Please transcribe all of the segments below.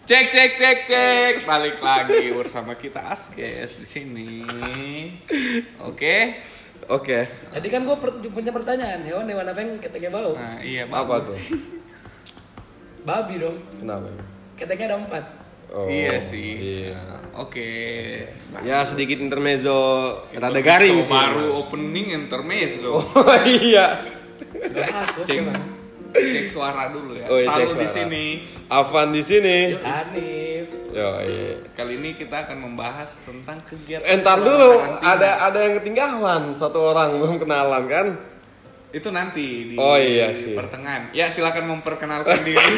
Cek. Balik lagi bersama kita Askes di sini. Oke. Jadi kan gue punya pertanyaan, hewan apa yang keteknya bau? Nah, iya Apa bagus. tuh? Babi dong. Kenapa? Keteknya ada 4. Oh, Iya sih. Iya. Oke. Ya sedikit intermezzo rada garing sih. Baru opening intermezzo. Oh iya. Gak masuk Cek. emang. Cek suara dulu ya. Oh, iya, Selalu cek di suara. sini. Afan di sini. Hanif. Yo, iya. Kali ini kita akan membahas tentang kegiatan. Entar selama dulu, karantina. ada yang ketinggalan satu orang belum kenalan kan? Itu nanti di Oh, iya sih. pertengahan. Ya silakan memperkenalkan diri.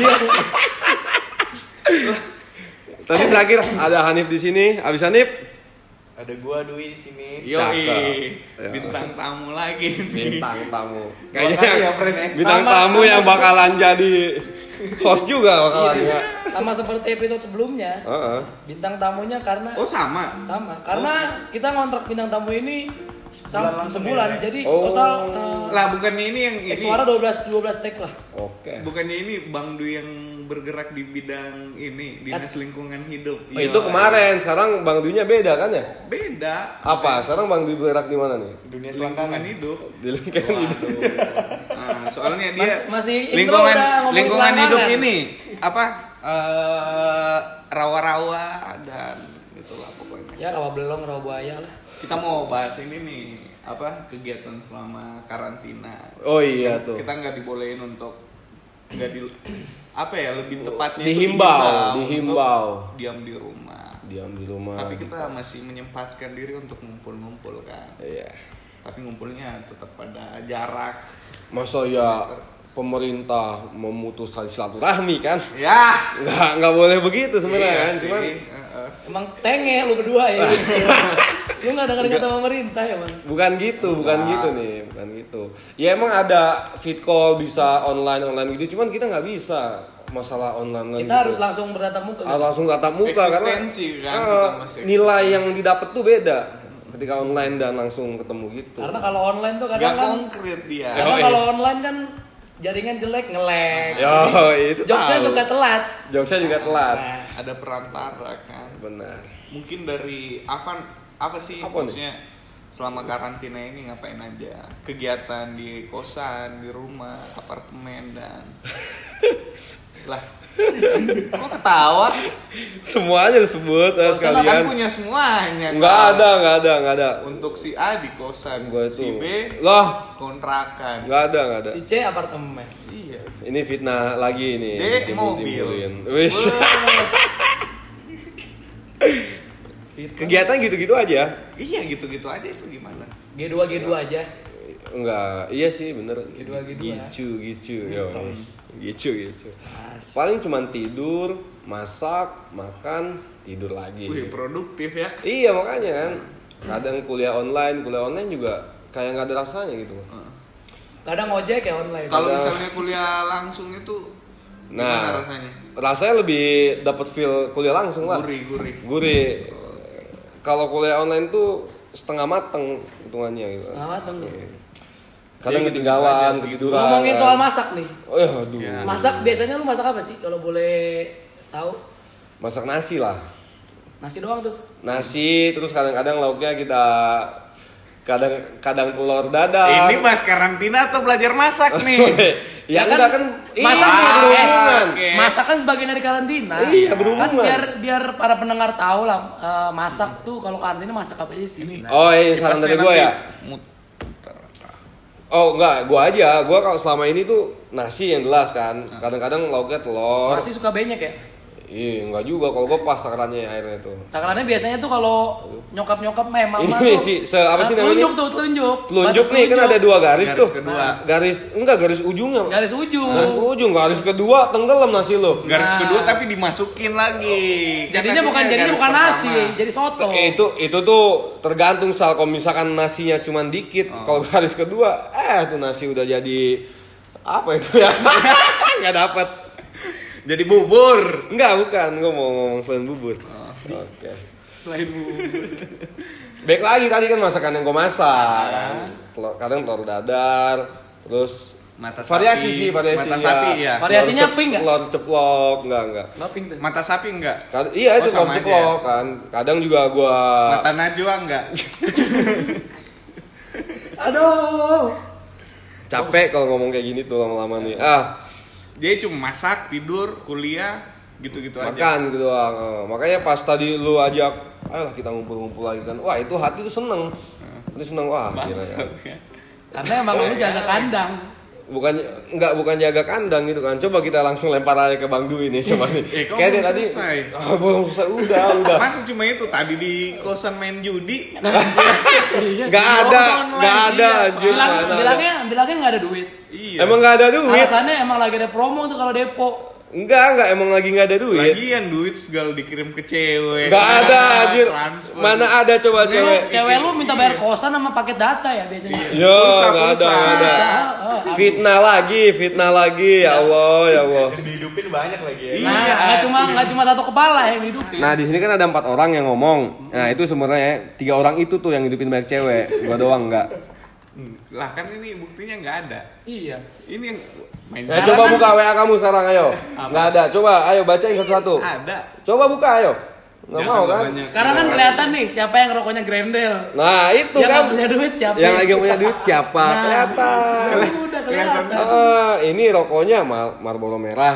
Tadi terakhir ada Hanif di sini. Abis Hanif Ada gua Dwi di sini. Yoi, Cakep. Ya. bintang tamu lagi nih. bintang tamu. Makasih Kayaknya ya, friend, ya. bintang Sama- tamu sama yang semua. bakalan jadi host juga bakalan ya. Sama seperti episode sebelumnya. Heeh. Bintang tamunya karena Oh sama. karena kita ngontrak bintang tamu ini sebulan. Jadi Oh. total Lah bukannya ini yang ini. suara 12 tag lah. Oke. Bukannya ini Bang Dwi yang bergerak di bidang ini dinas lingkungan hidup. Oh, itu kemarin, sekarang Bang Dunya beda kan ya? Beda. Apa? Sekarang Bang Dwi bergerak di mana nih? Dunia Lingkungan selangkangan. hidup. Di lingkungan hidup. Nah, soalnya dia Masih intro lingkungan udah ngomongin lingkungan hidup selangkangan. ini apa rawa-rawa dan itulah pokoknya. Ya rawa belong, rawa buaya lah. Kita mau bahas ini nih apa kegiatan selama karantina. Oh iya tuh. Kita nggak dibolehin untuk nggak di apa ya lebih tepatnya Dihimbau. untuk diam di rumah. Diam di rumah. Tapi kita masih menyempatkan diri untuk ngumpul-ngumpul kan. Iya. Tapi ngumpulnya tetap pada jarak. Masa ya pemerintah memutus tali silaturahmi kan? Ya. Nggak boleh begitu sebenarnya Iya kan, sih. cuman Emang tenge lu berdua ya. Lu enggak dengerin kata pemerintah ya, Bang. bukan gitu nih, bukan gitu. Ya emang ada fit call bisa online gitu, cuman kita nggak bisa masalah online Kita harus langsung bertatap muka. harus langsung tatap muka karena Eksistensi kan, kita masih nilai yang didapat tuh beda ketika online dan langsung ketemu gitu. Karena kalau online tuh Gak kadang kan konkret dia. karena kalau online kan jaringan jelek nge-lag. Yo, itu Jokesnya tahu. suka telat. Jokesnya juga telat. Nah, Ada perantara kan. Benar. Mungkin dari Avan apa sih Apa nih? maksudnya selama karantina ini ngapain aja? Kegiatan di kosan, di rumah, apartemen dan lah. Kok ketawa? Semuanya disebut Kan sekalian. punya semuanya. Nggak Kak. ada. Untuk si A di kosan, Gua itu. si B Loh, kontrakan. nggak ada. si C apartemen. Iya. Ini fitnah lagi nih. D mobil. Ditimbul-timbulin. Wis. Kegiatan gitu-gitu aja. Iya gitu-gitu aja itu gimana? G2 aja. Enggak, iya sih bener. Gitu. Gitu. Yo. Gitu. Pas. Paling cuman tidur, masak, makan, tidur lagi. Wih produktif ya. Iya makanya kan. Kadang kuliah online juga kayak nggak ada rasanya gitu. Kadang ojek ya online. Kalau Ada- misalnya kuliah langsung itu Nah, gimana rasanya? rasanya lebih dapat feel kuliah langsung lah. Gurih. Gurih. Kalau kuliah online tuh setengah mateng hitungannya gitu. Selamat dong. Kadang Iya, ketinggalan, gitu-gitu aja, ketiduran. Ngomongin soal masak nih. Oh ya, aduh. Ya. Masak biasanya lu masak apa sih kalau boleh tahu? Masak nasi lah. Nasi doang tuh. Nasi, terus kadang-kadang lauknya kita kadang telur dadar. Ini bahas karantina atau belajar masak nih? Ya kan, enggak kan masak iya, nih, berhubungan. Oke. Masak kan sebagian dari karantina. Iya, berhubungan. Kan biar para pendengar tahu lah masak tuh kalau karantina masak apa aja sih? Oh, ini saran dari gua ya. Muter. Oh, enggak, gua aja. Gua kalau selama ini tuh nasi yang jelas kan. Kadang-kadang lauknya telur. Nasi suka banyak ya? Iya, enggak juga kalau gua pas takarannya airnya tuh. Takarannya biasanya tuh kalau nyokap memang Ini sih apa sih namanya? Telunjuk. Telunjuk Batas nih kan ada dua garis, Garis tuh. kedua. Garis ujungnya. Garis ujung. Garis kedua tenggelam nasi lo. Garis Nah. kedua tapi dimasukin lagi. Kan Jadinya nasinya bukan garis bukan nasi, pertama. jadi soto. Itu tuh tergantung Sal. Kalau misalkan nasinya cuman dikit, kalau garis kedua, tuh nasi udah jadi apa itu ya? Nggak dapat. Jadi bubur. Enggak, bukan. Gue mau ngomong selain bubur. Oke. Selain bubur. Baik lagi tadi kan masakan yang gue masak kan. Kadang telur dadar, terus Mata Variasi sapi. sih, variasi. Mata sapi ya. Variasinya pink nggak? Telur ceplok, enggak. Nggak pink tuh. Mata sapi enggak? Iya itu telur sama aja ceplok kan. Kadang juga gua Mata najwa enggak? Aduh. capek kalau ngomong kayak gini tuh lama-lama nih. Dia cuma masak, tidur, kuliah, gitu-gitu aja. Makan gitu doang. Makanya pas tadi lu ajak, ayolah kita ngumpul-ngumpul lagi kan. Wah, itu hati tuh seneng. Hati seneng, wah gila ya. Bangsat ya. Karena emang lu jaga kandang. Bukan jaga kandang gitu kan. Coba kita langsung lempar aja ke Bang Dwi nih coba nih. Kok Kayak dia belum tadi selesai? belum selesai. Udah. Masa cuma itu tadi di kosan main judi? Enggak ada anjir. Bilangnya nggak ada duit. Iya. Emang enggak ada duit? Alasannya emang lagi ada promo tuh kalau Depok. Enggak, emang lagi enggak ada duit. Lagian duit segala dikirim ke cewek. Enggak ada anjir. Transfer. Mana ada coba cewek? Cewek lu minta bayar kosan sama paket data ya biasanya. Yo, enggak Pulsa. ada. Fitnah lagi. Ya Allah. Dihidupin banyak lagi ya. Nah, Iya, nggak cuma satu kepala yang hidupin. Nah, di sini kan ada 4 orang yang ngomong. Nah, itu sebenarnya 3 orang itu tuh yang hidupin banyak cewek. Gua doang enggak. Lah kan ini buktinya nggak ada. Iya. Ini yang main Saya Sekarang coba kan- buka WA kamu sekarang, ayo. Enggak ada. Coba, ayo bacain satu-satu. ada. Coba buka, ayo. Enggak Jangan mau kan? banyak. Sekarang kan kelihatan nih siapa yang rokoknya Grendel. Nah, itu Yang kan. nggak punya duit siapa? Yang lagi punya duit siapa? Nah, Kelihatan. Udah kelihatan. Ini rokoknya Marlboro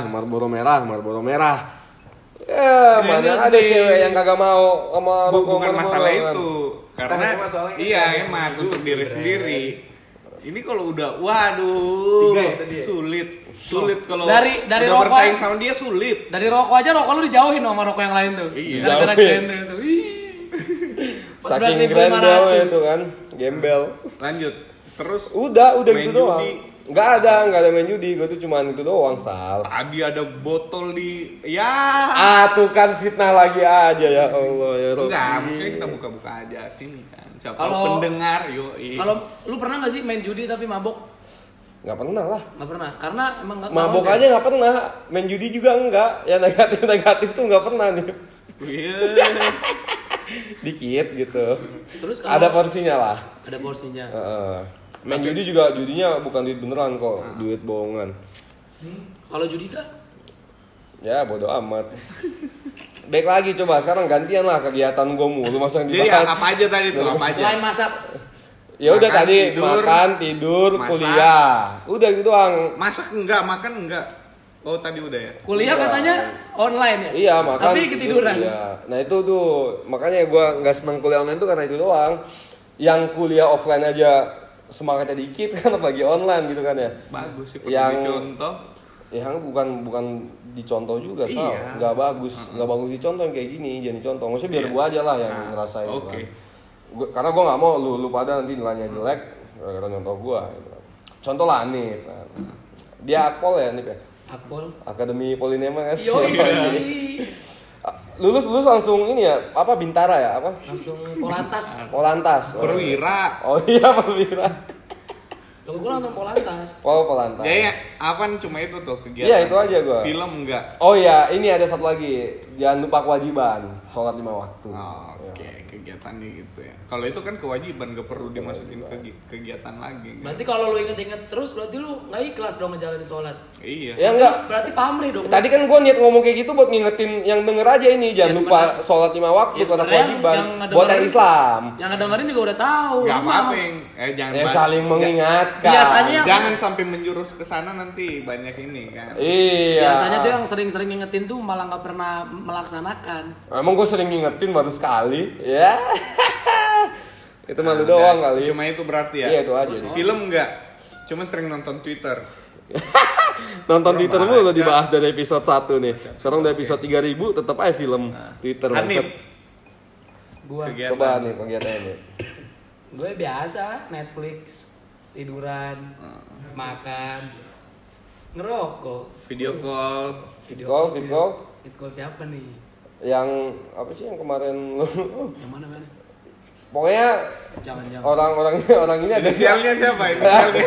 merah. Ya, Grendel mana ada sih. cewek yang kagak mau sama rokok Bukan Marlboro masalah kan? itu. Karena Hemat soalnya. iya hemat untuk diri sendiri. Ini kalau udah waduh 3 ya tadi ya? sulit kalau Dari udah rokok- bersaing sama dia sulit. Dari rokok aja rokok lu dijauhin sama rokok yang lain tuh. Iya. Gara-gara Jauhin. Grendel tuh. Ih. Saking 14.500. Grendel itu kan, gembel. Lanjut. Terus Udah main gitu doang. judi. Enggak ada main judi, gue tuh cuman itu doang, Sal. Tadi ada botol di ya. Tuh kan fitnah lagi aja ya Allah ya Rabbi. Enggak, maksudnya kita buka-buka aja sini kan. Siapa Kalau- pendengar yoi. Kalau lu pernah nggak sih main judi tapi mabok? Nggak pernah lah. Nggak pernah. Karena emang nggak Mabok konsep. aja nggak pernah, main judi juga enggak. Yang negatif tuh nggak pernah nih. Iya. Dikit gitu. Terus kalau Ada porsinya lah. ada porsinya. Heeh. Main judi juga judinya bukan duit beneran kok, duit bohongan. Kalau judi kah? Ya bodo amat. Baik lagi coba sekarang gantian lah kegiatan gue mulu masa yang Jadi dibahas. apa aja tadi tuh? Apa aja? Selain masak, Ya udah Makan, tadi tidur, makan, tidur, masak. kuliah. Udah gitu doang. Masak enggak, makan enggak. Oh, tadi udah ya. kuliah Iya. katanya online ya? Iya makan. Tapi ketiduran. Iya. Nah itu tuh makanya gue nggak seneng kuliah online tuh karena itu doang. Yang kuliah offline aja semangatnya dikit kan apalagi online gitu kan ya. Bagus sih perlu Yang- dicontoh. Ya bukan dicontoh juga Sal. Iya. Nggak bagus dicontoh yang kayak gini, jangan dicontoh. Maksudnya biar Iya. gua aja lah yang Nah, ngerasain itu oke. kan. Karena gua nggak mau lu pada nanti nilainya jelek gara-gara nyontoh gua. Gitu. Contoh lah Nip. Kan. Dia Akpol ya Nip ya. Apol. Akademi Polinema kan. Yoi. lulus langsung ini ya apa Bintara ya apa? Langsung Polantas. Polantas. Perwira. Oh iya Perwira. Kalau gue langsung Polantas. Polantas. Ya, apa cuma itu tuh kegiatan. Iya itu aja gua. Film enggak. Oh iya, ini ada satu lagi. Jangan lupa kewajiban, sholat 5 waktu. Oh, oke, Ya. kegiatannya gitu ya. Kalau itu kan kewajiban, gak perlu dimasukin kegiatan lagi. Kan? Berarti kalau lu inget-inget terus berarti lu nggak ikhlas dong ngejalanin sholat. Iya. Ya enggak. Berarti pamrih dong. Tadi kan gue niat ngomong kayak gitu buat ngingetin yang denger aja ini. Jangan Ya, lupa sebenarnya- sholat 5 waktu, Ya, sholat sebenarnya kewajiban. yang Buat yang ngedengerin- Islam. Yang ngedengerin juga udah tahu. Gak Lu apa-apa mah- yang jangan Ya bahas- saling mengingatkan. Biasanya yang- jangan sampai menjurus ke sana nanti banyak ini kan. Iya. Biasanya tuh yang sering-sering ngingetin tuh malah nggak pernah melaksanakan. Emang gue sering ngingetin baru sekali. Ya. Itu malu Nah, doang udah. kali. Cuma itu berarti ya. Iya itu aja. Nih. Film enggak. Cuma sering nonton Twitter. Nonton Twitter baca. mulu dibahas dari episode 1 nih. Sekarang udah episode 3000 tetap aja film Twitter. Hanif. Bangsat. Gua Kegiatan. Coba nih kegiatannya. gue biasa Netflix, tiduran, makan, ngerokok. Video call. Fit call. Fit call siapa nih? Yang apa sih yang kemarin Yang mana mana? pokoknya Jangan-jangan. orang ini ada Inisialnya siapa? Inisialnya.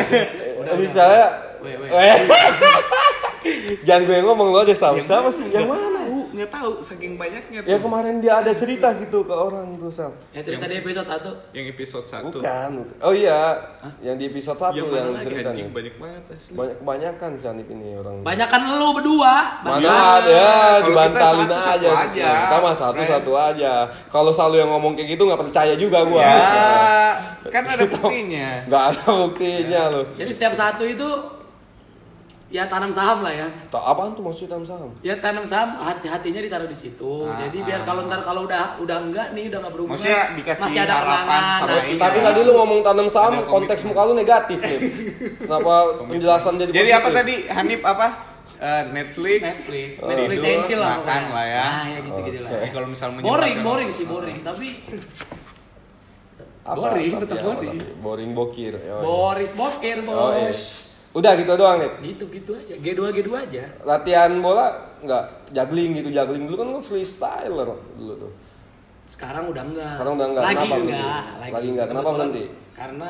Misalnya Weh. Jangan gue ngomong lo aja sama siapa sih? Yang mana? nggak tahu saking banyaknya tuh. Ya kemarin dia ada cerita gitu ke orang tuh, Sal. Ya cerita di episode 1. Yang episode 1. Bukan. Oh iya, yang di episode 1 Yang yang mana lagi cerita anjing nih. banyak banget asli. Kebanyakan si Hanif ini orang. Banyakan lu berdua. Mana Iya. ada ya, Kalau dibantalin kita satu-satu aja. aja. Kita mah satu-satu aja. Kalau selalu yang ngomong kayak gitu nggak percaya juga gua. Ya, kan ada buktinya. Nggak ada buktinya loh. Jadi setiap satu itu ya tanam saham lah ya. Apaan tuh maksudnya tanam saham? Ya tanam saham hatinya ditaruh di situ. Jadi biar kalau udah enggak nih udah enggak berhubungan. Maksudnya dikasih masih ada harapan kenangan. sama Nah, ini. Tapi Iya. tadi lu ngomong tanam saham, Ada konteks komitmen. muka lu negatif nih. Kenapa penjelasan jadi Jadi positif? apa tadi Hanif apa? Netflix. Netflix Tidur, and chill lah. makan pokoknya. lah ya. Nah, ya gitu-gitu lah. Jadi kalau misal Boring sih boring, tapi Apa? boring, Tapi tetap apa boring. tapi? Boring bokir. Oh, iya. Boris Boker, Oh, iya. bos. Udah gitu doang nih. Gitu-gitu aja. G2 aja. Latihan bola nggak juggling gitu, juggling dulu kan lu freestyler dulu tuh. Sekarang udah enggak. Sekarang udah enggak. Lagi Kenapa enggak. berhenti? Lagi enggak. Kenapa Kebetulan berhenti? Karena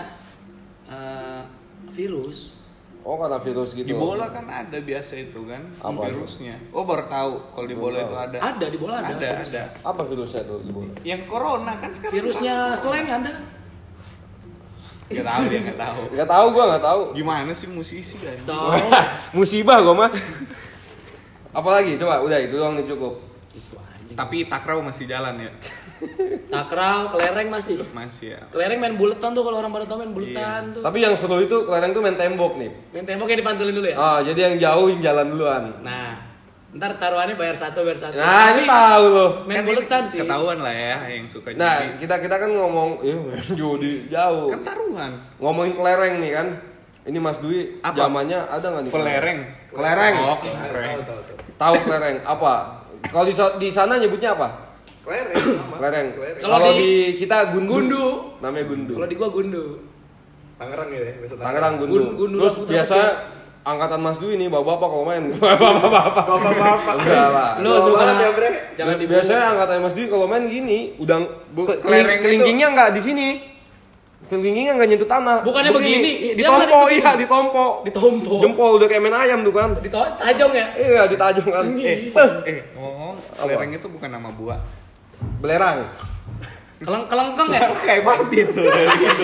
virus. Oh karena virus gitu. di bola kan ada biasa itu kan Apa virusnya. Oh baru tahu kalau di bola itu ada. Ada di bola ada. Ada. Apa virusnya tuh di bola? Yang corona kan sekarang. Virusnya slang ada. Gak tahu dia nggak tahu. Nggak tahu gua nggak tahu. Gimana sih musisi kan? Tahu. Musibah gua mah. Apalagi coba udah itu doang nih cukup. Itu aja. Tapi takraw masih jalan ya. Takraw, kelereng masih. Masih ya. Kelereng main buletan tuh kalau orang pada tahu main buletan tuh. Tapi yang seru itu kelereng tuh main tembok nih. Main temboknya dipantulin dulu ya. Ah jadi yang jauh yang jalan duluan. Nah, ntar taruhannya bayar satu. Nah ini tahu loh. Main Kan ini buletan sih. Ketahuan lah ya yang suka Nah judi. kita kan ngomong, judi jauh. Kan taruhan. Ngomongin kelereng nih kan. Ini Mas Dwi Apa? zamannya ada nggak nih? Pelereng. Kelereng. Oh, kelereng. Tahu kelereng apa? Kalau di sana nyebutnya apa? Kelereng sama. Kelereng. Kalau Kalau di- di kita gundu. Gundu. Namanya gundu. Kalau di gua gundu. Tangerang ya, biasa Tangerang gundu. Gundu Terus langsung biasa angkatan Mas Dwi nih bapak-bapak kalau main. Bapak-bapak. Enggak lah. Lu Bawa suka banget ya, Bre. jangan di Biasanya angkatan Mas Dwi kalau main gini, udah kelereng itu- kelingkingnya enggak di sini. Kelingkingnya enggak nyentuh tanah. Bukannya begini, dia Ditompo, nggak iya ditompo. ditompo. Jempol udah kayak main ayam tuh kan. Tajong ya. Iya, ditajung kan. Ngomong kelereng itu bukan nama buah. Belerang. Kelengkeng ya. Kayak babi tuh dari itu.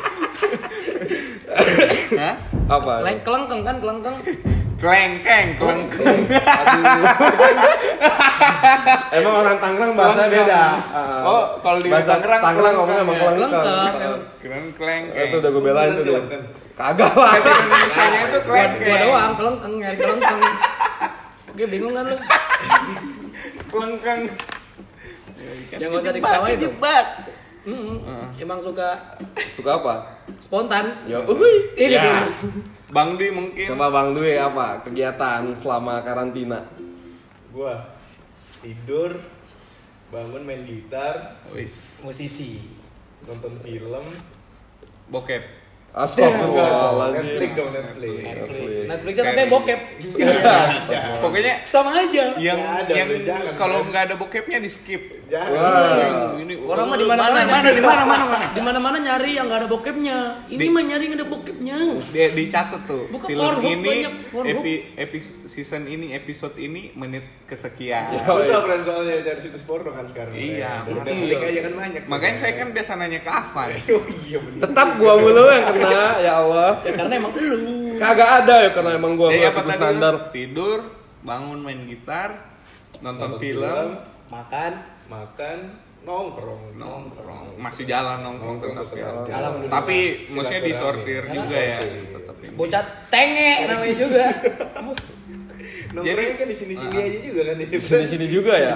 Hah? Apa? Kelengkeng kan kelengkeng. Kelengkeng. Emang orang Tangerang bahasa beda. Oh, kalau di bahasa Tangerang Tangerang ngomongnya sama kelengkeng kelengkeng. Kelengkeng. Keren kelengkeng. Itu udah gue belain tuh dia. Kagak lah. Bahasa Indonesianya itu Gua kelengkeng. doang kelengkeng ya, kelengkeng. Oke, bingung kan lu? Kelengkeng. Yang enggak usah diketawain tuh. Jebak. Emang suka Suka apa? spontan. Ya, uhui. Ini Ya. Mas. Bang Dwi mungkin. Coba Bang Dwi apa kegiatan selama karantina? Gua tidur, bangun main gitar, Wis. Musisi. nonton film. Bokep. Astagfirullahaladzim. Netflix dong, Netflix. Netflixnya tapi bokep. Pokoknya Sama aja. yang Nggak ada, yang udah jangan, kalau Bang. nggak ada bokepnya di skip. Jangan. Wah. Ini Orang mah di mana-mana. di mana. Di mana-mana nyari yang enggak ada bokepnya. Ini mah nyari yang ada bokepnya. Dia dicatat tuh. Buka Film Pornhub, ini banyak Pornhub. season ini episode ini menit kesekian. Susah brand soalnya cari situs porno kan sekarang. Iya, Udah makanya. Netflix aja kan banyak. Makanya saya kan biasa nanya ke Afan. Oh iya bener. Tetap gua mulu yang kena, ya Allah. Ya karena emang lu. Kagak ada ya karena emang gua Jadi nggak apa ikut tadi? standar. Tidur, bangun main gitar, nonton film, Makan. makan, nongkrong. nongkrong. Masih jalan nongkrong tetap ya. Alhamdulillah. Tapi maksudnya Silaturahmi. disortir juga ya. Tetap ini. Bocah tenge namanya juga. Nongkrongnya kan di sini-sini aja juga kan. Di sini juga ya.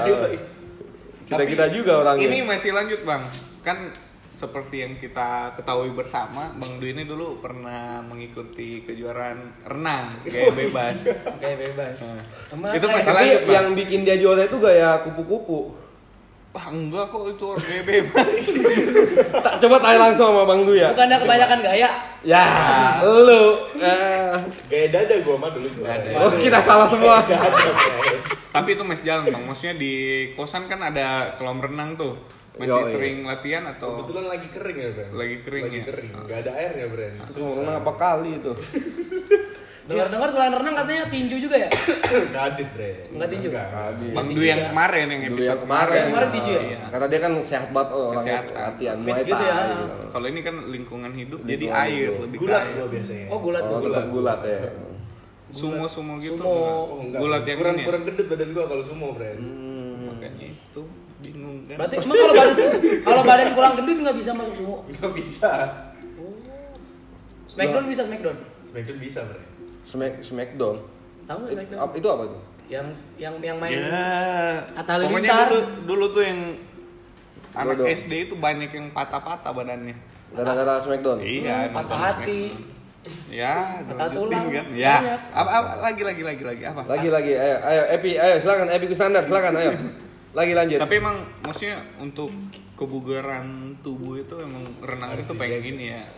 Kita juga orangnya. Ini masih lanjut bang, kan seperti yang kita ketahui bersama, Bang Dwi ini dulu pernah mengikuti kejuaraan renang gaya bebas. Kayak bebas. Emang Itu kayak- masih Tapi lanjut, Bang. yang bikin dia juara itu gaya kupu-kupu. Wah enggak kok itu gaya bebas. Coba tanya langsung sama Bang Dwi ya. Bukannya kebanyakan gaya. Ya, lu. Gaya dada gua mah dulu juga. Oh, kita salah semua. Tapi itu masih jalan bang, maksudnya di kosan kan ada kolam renang tuh. Masih Yoi. sering latihan atau Kebetulan lagi kering ya, Bro. Lagi kering Lagi ya? kering. Enggak ada airnya, Bro. Itu renang apa kali itu? Dengar-dengar selain renang katanya tinju juga ya? Kadit, Bre. Enggak tinju. Kadit. Bang Tinju Dwi yang ya. kemarin yang Dulu episode yang kemarin. Kemarin tinju ya? Iya. Karena dia kan sehat banget orangnya, Kesehatan. latihan Fit Muay gitu Thai. ya. gitu. Kalau ini kan lingkungan hidup jadi Lingkungan air hidup. lebih Gulat ke air. gua biasanya. Oh, gulat Oh, tuh. tetap gulat ya. Sumo gitu. Sumo. Oh, enggak. Gulat yang kurang ini ya? kurang gendut badan gua kalau sumo, Bre. Makanya itu bingung kan. Berarti emang kalau badan kurang gendut nggak bisa masuk sumo. Enggak bisa. Smackdown bisa Smackdown. Smackdown bisa, Bre. Smackdown. Tahu nggak Smackdown? Itu apa tuh? Yang main Ya. Atta Pokoknya Halilintar. dulu tuh yang anak Dulu. SD itu banyak yang patah-patah badannya. Gara-gara Smackdown. Iya, patah nonton hati. Smackdown. Ya, Patah lanjutin tulang. kan. Ya. Banyak. Apa lagi apa? Lagi, ayo Epi, ayo silakan Epi Kusnandar, silakan ayo. Lagi lanjut. Tapi emang maksudnya untuk kebugaran tubuh itu emang renang itu pengen gini ya.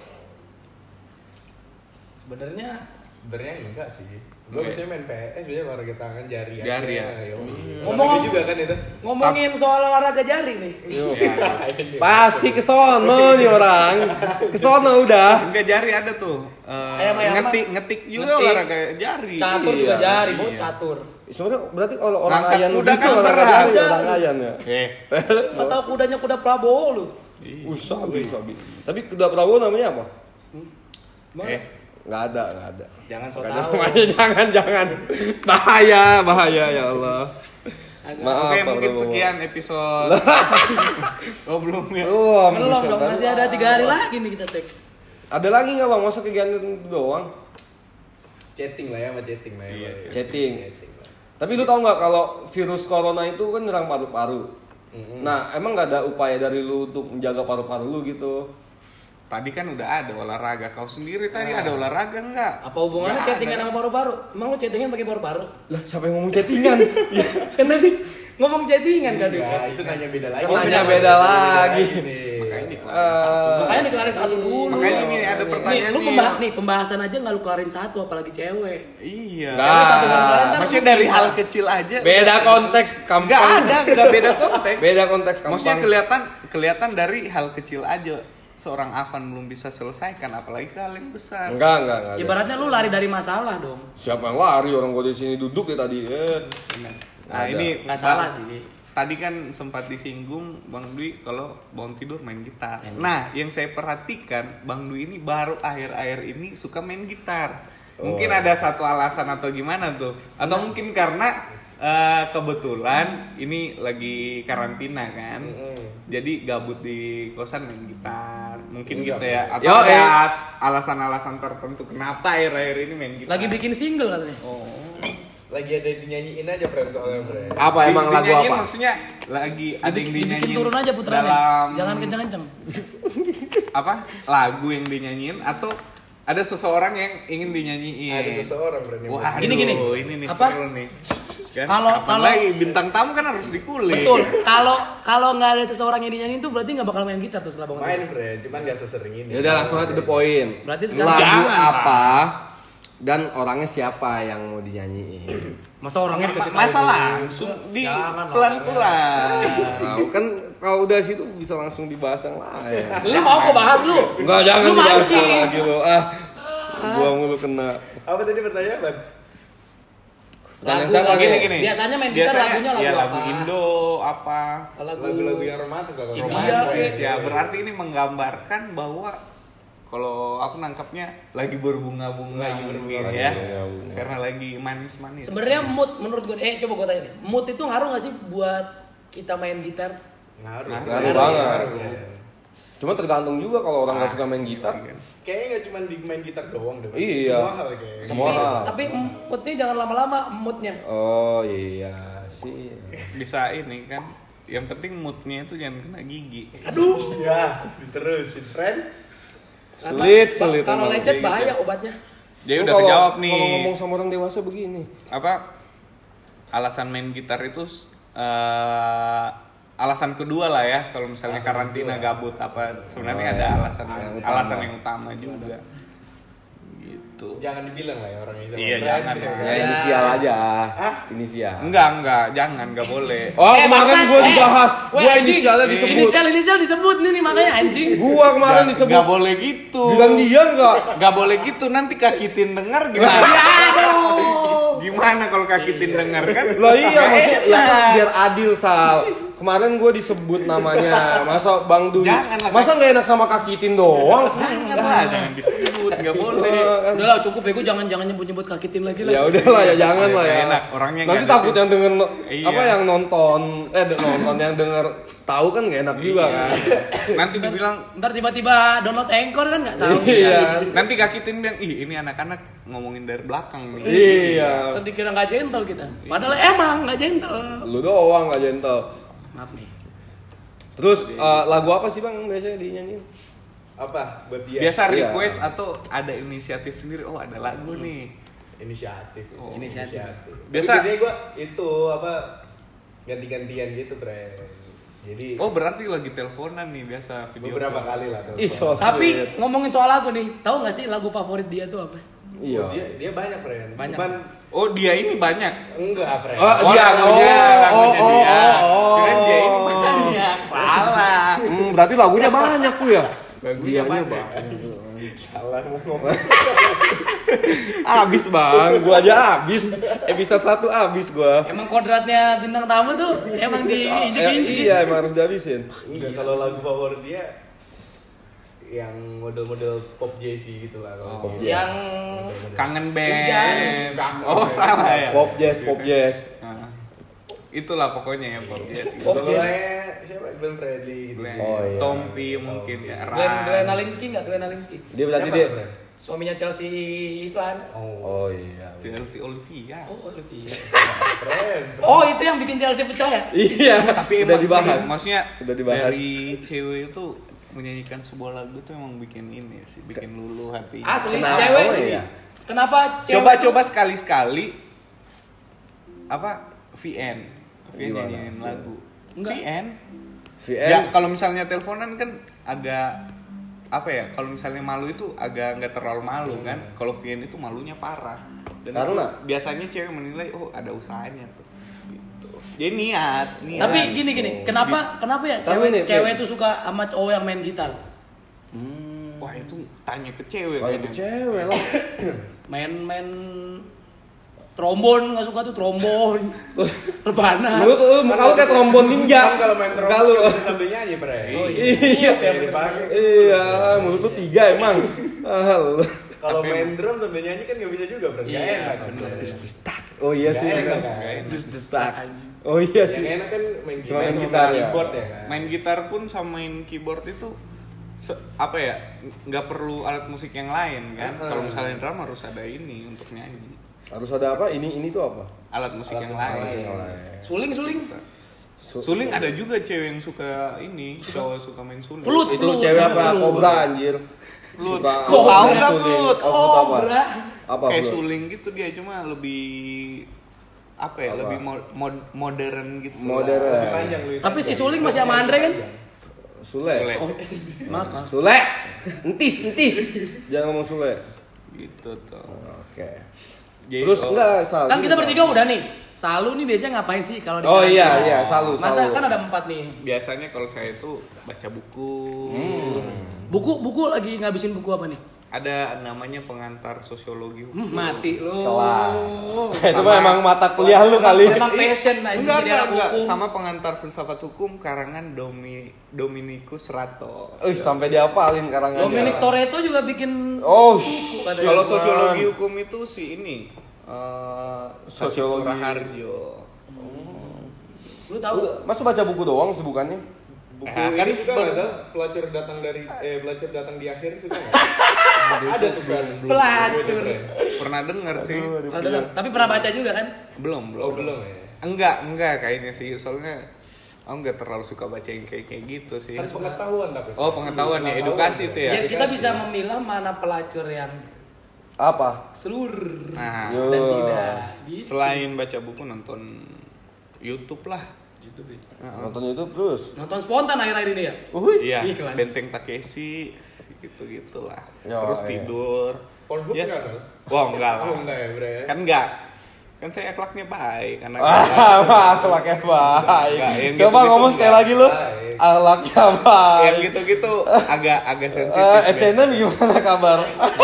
Sebenarnya Enggak sih. Gua biasanya main PS, biasanya olahraga tangan jari aja. Jari ya? Ngomong- Olahraga juga kan itu. ngomongin soal olahraga jari nih. Pasti ke sono nih orang. Ke sono udah. Enggak jari ada tuh. Ayam-ayaman. Ngetik juga Ngetik. olahraga jari. Catur juga Iya, jari, Bos, iya. catur. Sebenarnya berarti kalau orang Ngangkat ayan kuda gitu kan olahraga berat. jari, orang ayan ya. Nggak tahu kudanya kuda Prabowo lu. Sabi. Tapi kuda Prabowo namanya apa? Gimana? Nggak ada. Jangan so Nggak ada tahu. namanya, jangan. Bahaya ya Allah. Maaf, Oke, Pak mungkin Prabowo. sekian episode. Oh, belum ya. Belum dong, masih ada 3 hari lagi nih kita take. Ada lagi nggak bang? Masa kegiatan itu doang? Chatting lah ya, sama chatting lah ya. Iya, Bang. chatting. lah. Tapi lu tau nggak kalau virus corona itu kan nyerang paru-paru. Nah, emang nggak ada upaya dari lu untuk menjaga paru-paru lu gitu? Tadi kan udah ada olahraga. Kau sendiri tadi ada olahraga enggak? Apa hubungannya Nggak chattingan ada. sama paru-paru? Emang lu chattingan pakai paru-paru? Lah, siapa yang ngomong chattingan? Kan tadi ngomong chattingan kan dia. Nah, itu nanya beda lagi. Kan nanya beda lagi. Makanya dikeluarin satu. Makanya dikelarin satu dulu. Makanya ini ada pertanyaan Nih, lu nih. pembahasan aja nggak lu kelarin satu, apalagi cewek. Iya. Nah. Cewek satu belum kelarin, ntar Maksudnya lu dari susah. hal kecil aja. Beda konteks Enggak kampung. enggak beda konteks. Beda konteks kampung. Maksudnya kelihatan dari hal kecil aja. Seorang Afan belum bisa selesaikan, apalagi hal yang besar. Enggak. ada. Ibaratnya lu lari dari masalah dong. Siapa yang lari? Orang gua di sini duduk ya tadi. Nah, ini Nggak salah sih. Tadi kan sempat disinggung Bang Dwi kalau bangun tidur main gitar. Nah, yang saya perhatikan Bang Dwi ini baru akhir-akhir ini suka main gitar. Mungkin ada satu alasan atau gimana tuh? Atau mungkin karena kebetulan ini lagi karantina kan. Jadi gabut di kosan main gitar. Mungkin gitu ya. Atau Yo, ada alasan-alasan tertentu kenapa akhir-akhir ini main gitar. Lagi bikin single katanya. Lagi ada dinyanyiin aja, Bre, soalnya, Bre. Apa emang lagu Dinyanyiin apa? maksudnya lagi ada yang Dibikin dinyanyiin turun aja puterannya. dalam Jangan kenceng-kenceng. apa lagu yang dinyanyiin atau ada seseorang yang ingin dinyanyiin. Ada seseorang, Bre. yang Wah, Gini. ini nih Apa? seru nih. Kan? Kalau- Kapan kalau- lagi bintang tamu kan harus dikulik. Betul. Kalau nggak ada seseorang yang dinyanyiin tuh berarti nggak bakal main gitar tuh setelah bangun. main, tidur. Bre, cuman gak sesering ini. Ya udah langsung aja to the point. Berarti sekarang lagu jangan, apa dan orangnya siapa yang mau dinyanyiin? Masa orangnya dikasih tahu Masa dulu? langsung di Jangan lah, pelan-pelan. Nah, kan kalau udah situ bisa langsung dibahas yang lain. Lu mau kok bahas lu? Enggak, jangan Lu dibahas mancing. lagi lo. Gua mulu kena. Apa tadi pertanyaan, Bang? Pertanyaan Lagu- siapa lagu- nih? Gini. Biasanya main gitar lagunya lagu ya, apa? lagu Indo apa? Lagu-lagu yang romantis lah. kalau Iya, romantis. Ya berarti ini menggambarkan bahwa kalau aku nangkapnya lagi berbunga-bunga gitu ya. berbunga-bunga. Karena lagi manis-manis. Sebenarnya mood menurut gue, coba gue tanya nih, mood itu ngaruh nggak sih buat kita main gitar? Ngaruh. Ngaruh banget. Ngaruh, ya. Cuma tergantung juga kalau orang nggak suka main gitar. Kayaknya nggak cuma di main gitar doang deh. Bang. Iya. Semua hal kayaknya. Semua hal. Tapi moodnya jangan lama-lama moodnya. Oh iya sih. Bisa ini kan. Yang penting moodnya itu jangan kena gigi. Aduh. Ya, diterusin, friend. Sulit. Kalau emang. lecet bahaya obatnya. Jadi Lu udah kalau- kejawab nih. Kalau ngomong sama orang dewasa begini. Apa alasan main gitar itu alasan kedua lah ya kalau misalnya karantina gabut apa sebenarnya ada alasan yang utama juga gitu. gitu. Jangan dibilang lah ya orang yang Iya, jangan. Ya inisial aja. Inisial. Enggak, jangan, enggak boleh. Oh, kemarin bangsat, gue dibahas. weh, Gue anjing. inisialnya disebut. Inisial disebut nih makanya anjing. Gua kemarin disebut. Enggak boleh gitu. Bilang dia enggak. Enggak boleh gitu, nanti Kak Kitin denger gimana? Aduh. Gimana kalau Kak Kitin denger kan? Lah iya, Nggak maksudnya ya enak. kan biar adil, Sal. Kemarin gue disebut namanya. Masa Bang Dwi? Jangan lah, Masa nggak enak sama Kak Kitin doang? Jangan lah, jangan disebut, enggak boleh. Udah lah cukup ya, gue jangan nyebut kakitin lagi lah. Ya udahlah ya, jangan lah ya. Nggak enak, orangnya Nanti nggak ada takut sih. yang denger Iya. apa yang nonton yang denger tahu kan nggak enak juga Iya. kan. Nanti dibilang Ntar tiba-tiba download Anchor kan nggak tahu. Iya. nanti Kak Kitin bilang, "Ih, ini anak-anak ngomongin dari belakang nih." Iya. Ntar dikira nggak gentle kita. Padahal emang nggak gentle. Lu doang nggak gentle. Maaf nih. Terus lagu apa sih Bang biasanya dinyanyiin? Apa? Buat dia. Biasa Iya. request atau ada inisiatif sendiri, oh ada lagu nih. Inisiatif. Oh, inisiatif. Biasa- Biasanya gue itu apa ganti-gantian gitu, Bre. Jadi Oh, berarti lagi teleponan nih biasa video. beberapa call. kali lah. Ih, so Tapi sweet. ngomongin soal lagu nih, tahu nggak sih lagu favorit dia tuh apa? Iya. Dia banyak, Bre. Banyak. Cuman Oh, dia ini banyak. enggak, Bre. Oh, Oh, dia lagunya dia. oh. Keren dia ini banyak. Salah. Berarti lagunya banyak tuh ya. Lagunya Dianya banyak. Salah ngomong. Abis Bang, gua aja abis. Episode 1 abis gua. Emang kodratnya bintang tamu tuh emang diinjek-injek. Iya, emang harus dihabisin. Enggak, kalau lagu favorit dia yang model-model pop JC gitu lah kalau Pop dia. Yang Kangen Hujan. band. Oh, salah ya. Pop jazz. Nah, itulah pokoknya ya pop jazz. Pop jazz siapa? Glenn Fredly gitu. Glenn, Oh, iya. Tompi mungkin ya. Glenn Alinsky nggak Glenn Alinsky? Dia berarti Siapa, dia. Bre? Suaminya Chelsea Islan. Oh, Oh iya. Chelsea Olivia. Oh, Olivia. keren. Oh, itu yang bikin Chelsea pecah ya? Iya, Tapi udah emang dibahas. sih, maksudnya Udah dibahas. dari cewek itu menyanyikan sebuah lagu tuh emang bikin ini sih, bikin luluh hati. Asli Kenapa? cewek. Oh, iya. Kenapa cewek? Coba sekali-sekali apa VN Gimana? nyanyiin lagu. Enggak. VN. VN. Ya kalau misalnya teleponan kan agak apa ya? Kalau misalnya malu itu agak nggak terlalu malu kan. Kalau VN itu malunya parah. Dan Karena? itu biasanya cewek menilai oh ada usahanya tuh. Gitu. Dia niat. Tapi gini, kenapa ya Tapi nih, cewek tuh suka sama cowok yang main gitar? Wah itu tanya ke cewek Oh, itu kayaknya. cewek lah. Main trombon nggak suka tuh trombon. Rebana. Lu tuh muka lu kayak trombon ninja. Kan kalau main trombon Kalau nggak bisa sambil nyanyi, Bre. Oh, iya. Kayak dipakai. Iya, mulut lu 3 emang. Lu. Kalau Tapi main drum sambil nyanyi kan nggak bisa juga, Bre. Nggak Iya, enak. bener. Oh iya sih. Nggak enak, kan? Detak. Oh iya Yang sih. enak kan main Cuma main sama gitar ya. keyboard ya kan. Main gitar pun sama main keyboard itu apa ya, nggak perlu alat musik yang lain kan. Kalau misalnya drum harus ada ini untuk nyanyi, Harus ada apa? Ini tuh apa? alat musik Alat yang musik lain. Suling. Suling ada juga cewek yang suka ini, cowok suka main suling. Flute. Itu cewek apa? Flute. Kobra anjir. Flute. Suka Kok tahu nggak suling. flute? Oh, flute apa? Kobra. Apa Kayak flute? suling gitu dia cuma lebih apa ya, Apa? lebih modern gitu. Modern. lah. Lebih panjang lu itu. Tapi si Suling masih sama Andre kan? Sule. Sule. Oh, maaf. Sule. Entis. Jangan ngomong Sule. Gitu tuh. Oke. Jadi, Terus enggak salah. Kan kita bertiga udah nih. Salu nih biasanya ngapain sih kalau di Oh karantina? iya, selalu. Masa kan ada 4 nih. biasanya kalau saya itu baca buku. Buku lagi ngabisin buku apa nih? Ada namanya pengantar sosiologi hukum. Mati lu. Kelas. Itu mah emang mata kuliah lu kali. Emang passion aja jadi anak Enggak. hukum. Sama pengantar filsafat hukum karangan Dominikus Rato. Sampai diapalin karangannya. Dominic Toretto juga bikin Oh, buku katanya. Kalau sosiologi hukum itu si ini Sosiologi. Raharjo. Lu tahu? Masa baca buku doang sibukannya? Buku kan ini suka ber- nggak Sal? Pelacur datang di akhir suka nggak? Ada tuh kan. Pelacur. Pernah dengar sih? Tapi pernah baca juga kan? Belum. Oh belum ya. Enggak kayaknya sih. Soalnya aku enggak terlalu suka baca yang kayak gitu sih. Kan pengetahuan tapi. Oh, pengetahuan ya, edukasi itu ya. Ya kita bisa memilah mana pelacur yang Apa? seluruh Nah, Yo. dan tidak. Gitu. selain baca buku nonton YouTube lah. YouTube. Nonton YouTube terus. Nonton spontan akhir-akhir ini ya. Iya, Ikhlas. Benteng Takeshi gitu-gitulah. Yo, Terus iya. tidur. Pornhub Yes. enggak kan? Wah, enggak lah. Oh enggak ya, Bre ya. Kan enggak. Kan saya akhlaknya baik, anak. Akhlaknya baik. Enggak, yang Coba gitu-gitu ngomong sekali enggak. lagi lu. Baik. Akhlaknya baik. Yang gitu-gitu agak sensitif. H&M gimana kabar?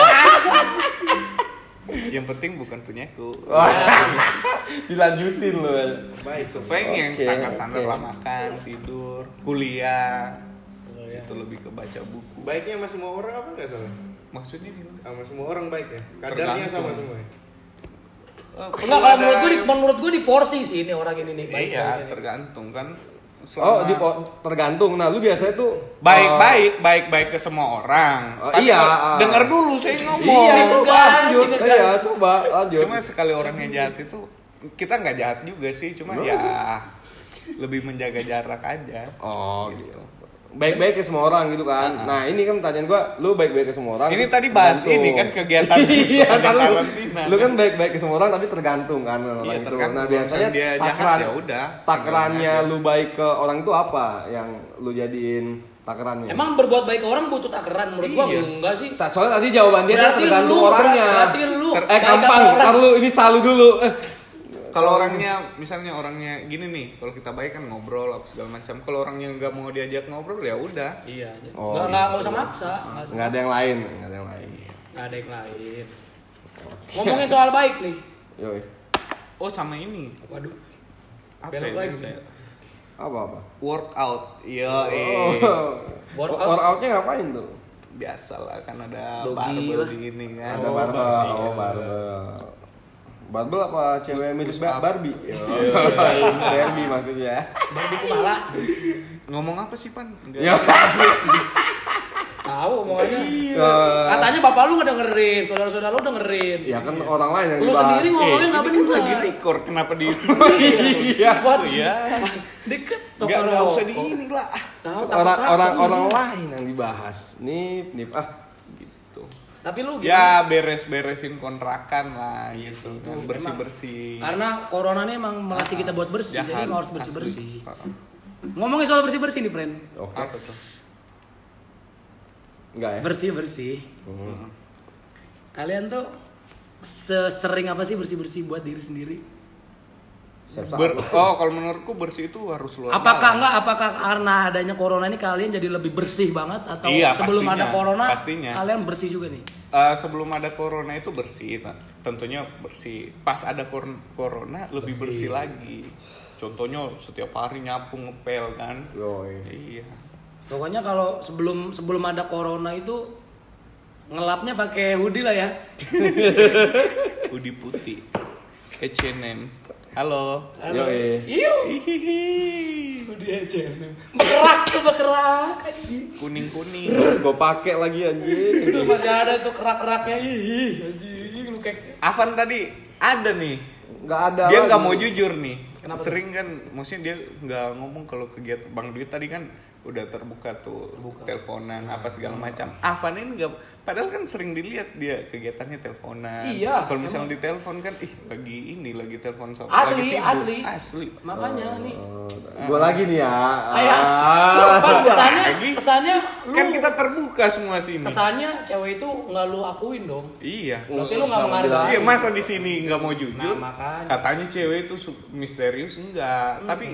Yang penting bukan punyaku. Dilanjutin lu. Baik. Pengen yang Oke, standar-standar oke. lah, makan, tidur, kuliah. Itu lebih ke baca buku. Baiknya sama semua orang apa enggak salah? Maksudnya gimana? Sama semua orang baik ya. Kadarnya Tergantung. sama semua. Ya? Enggak, kalau menurut gue di porsi sih ini orang ini nih. Iya, tergantung kan. Oh, Selama- tergantung. Nah, lu biasanya tuh baik ke semua orang. Oh, Tapi iya. Dengar dulu saya ngomong. Iya, Ngegas, coba lanjut. ngegas. Iya, coba lanjut. Cuma sekali orangnya jahat itu kita nggak jahat juga sih, cuma ya lebih menjaga jarak aja. Oh, gitu. Baik-baik ke semua orang gitu kan. Nah, ini kan pertanyaan gua, lu baik-baik ke semua orang. Ini terus tadi bahas tergantung. ini kan kegiatan Iya, sepanjang kan karantina. lu kan baik-baik ke semua orang tapi tergantung kan sama orang Iya, itu. tergantung. Nah, Kalau biasanya dia jahat, takaran ya udah, takarannya tinggalin aja. lu baik ke orang itu apa yang lu jadiin takarannya? Emang berbuat baik ke orang butuh takaran? Menurut gua Iya. enggak sih. Soalnya tadi jawaban dia kan tergantung orangnya. Berarti lu Gampang, baik ke orang. ntar lu ini salu dulu. Kalau orangnya, misalnya orangnya gini nih, kalau kita baik kan ngobrol apa segala macam. Kalau orangnya nggak mau diajak ngobrol ya udah. Iya. Oh, Enggak usah maksa. Nggak ada yang lain, nggak ada yang lain. Nggak ada yang lain. Ngomongin soal baik nih. Yoi. Oh sama ini. Waduh. Apa Belok ya, lagi. saya? Apa? Workout. Iya, Workout. Workoutnya ngapain tuh? biasa lah kan ada Dogi barbel lah. di ini kan. Ada barbel, barbel. Barbel apa cewek mirip Barbie? Barbie maksudnya. Barbie Kumala. Ngomong apa sih Pan? Enggak. Ya. Tahu omongannya. Eh, Katanya bapak lu ngedengerin, saudara-saudara lu dengerin. ya kan orang lain yang Lu dibahas. sendiri ngomongnya Ini nggak kan benar. lagi record, kenapa di Iya. Buat ya? deket. Enggak usah di ini lah. Tahu Orang lain yang dibahas. Nip. Gitu. Tapi lu Ya beres-beresin kontrakan lah gitu kan, bersih-bersih. Karena corona ini emang melatih kita buat bersih, jadi Jahat, emang harus bersih-bersih. asli. Ngomongin soal bersih-bersih nih, friend. Oke. Apa tuh? Enggak ya? Bersih-bersih. Kalian tuh sesering apa sih bersih-bersih buat diri sendiri? Kalau menurutku bersih itu harus luar Apakah karena adanya corona ini kalian jadi lebih bersih banget atau Iya, sebelum pastinya, ada corona pastinya. kalian bersih juga nih? Sebelum ada corona itu bersih, tentunya bersih. Pas ada corona lebih bersih lagi. Contohnya setiap hari nyapu ngepel kan. Yoi. Iya. Pokoknya kalau sebelum ada corona itu ngelapnya pakai hoodie lah ya. Hoodie putih. H&M. Halo. Yoi. Hoodie H&M. Berkerak. Kuning-kuning. Gue pakai lagi anjing. Itu masih ada tuh kerak-keraknya. Ih, anjing lu kayak Afan tadi ada nih. Enggak ada. Dia lagi. nggak mau jujur nih. Kenapa Sering kan, maksudnya dia nggak ngomong kalau kegiatan Bang Dwi tadi kan udah terbuka tuh, teleponan apa segala macam. Afan ini nggak, padahal kan sering dilihat dia kegiatannya teleponan. Iya, Kalau misalnya ditelepon kan, lagi telepon sama Asli, lagi sibuk. asli. Makanya nih. Gue lagi nih ya. Kayak lu apa kesannya? Lagi. Kesannya lu Kan kita terbuka semua sini. kesannya cewek itu nggak lu akuin dong. Iya. Berarti lu nggak menghargai. Iya, masa di sini nggak mau jujur? Nah, makanya. Katanya cewek itu misterius enggak, tapi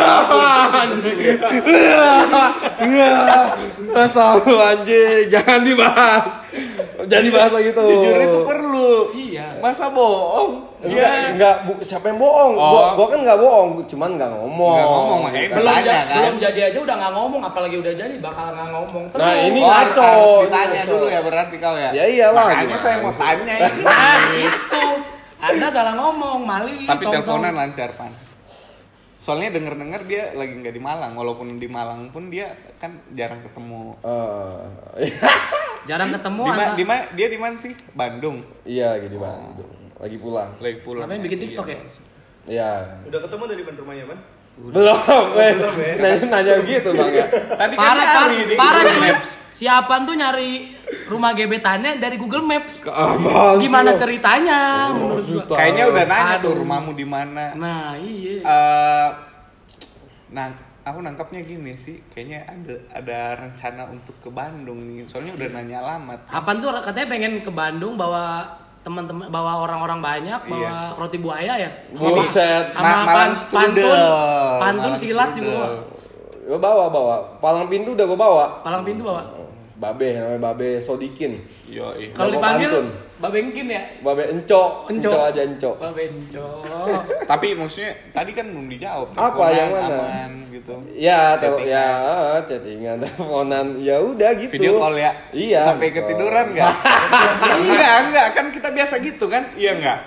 Selalu anjing, jangan dibahas. Jangan dibahas lagi tuh. jujur itu perlu. Iya. Masa bohong? Enggak, siapa yang bohong? Oh. Gua kan enggak bohong, cuman enggak ngomong. Nggak ngomong, makanya Belum, Tanya, kan? belum jadi aja udah nggak ngomong, apalagi udah jadi bakal nggak ngomong terus. Nah, ini Oh, ngaco. harus ditanya Ngaco. dulu ya berarti kau ya? Ya iyalah, Makanya gimana saya mau sih? tanya ini. Nah, itu. Anda salah ngomong, Mali. Tapi tong-tong. teleponan lancar, Pan. Soalnya denger-denger dia lagi nggak di Malang. Walaupun di Malang pun dia kan jarang ketemu. Jarang ketemu Dia di mana sih? Bandung. Iya, gini Bang. Lagi pulang. Lagi pulang. Ngapain bikin TikTok ya? Iya. Udah ketemu dari rumahnya, Ban? Belum, nanya gitu Bang ya. Tadi kan Parah, nyari di parah Google cuy. Maps. Siapaan tuh nyari rumah gebetannya dari Google Maps? Keaman. Gimana ceritanya menurut gua? Juta. Kayaknya udah nanya tuh Aduh. rumahmu di mana. Nah, iya. Nah, aku nangkapnya gini sih, kayaknya ada rencana untuk ke Bandung nih. Soalnya udah nanya alamat. Apaan tuh katanya pengen ke Bandung bawa teman-teman, bawa orang-orang banyak, bawa roti buaya ya. Buset. Malang strudel. Pantun Malang silat strudel. juga. Gue bawa. Palang pintu udah gue bawa. Palang pintu bawa. Babe, namanya Babe Sodikin. Yoi. Kalau Bawa dipanggil pantun. Babengkin ya. Babe Enco. Enco. Enco aja Enco. Babenco. Tapi maksudnya tadi kan belum dijawab. Apa, teleponan, yang mana? Aman gitu. Ya, Chattingan. chattingan, teleponan. Ya udah gitu. Video call ya? Iya. Sampai ketiduran nggak? enggak. Kan kita biasa gitu kan? Iya nggak?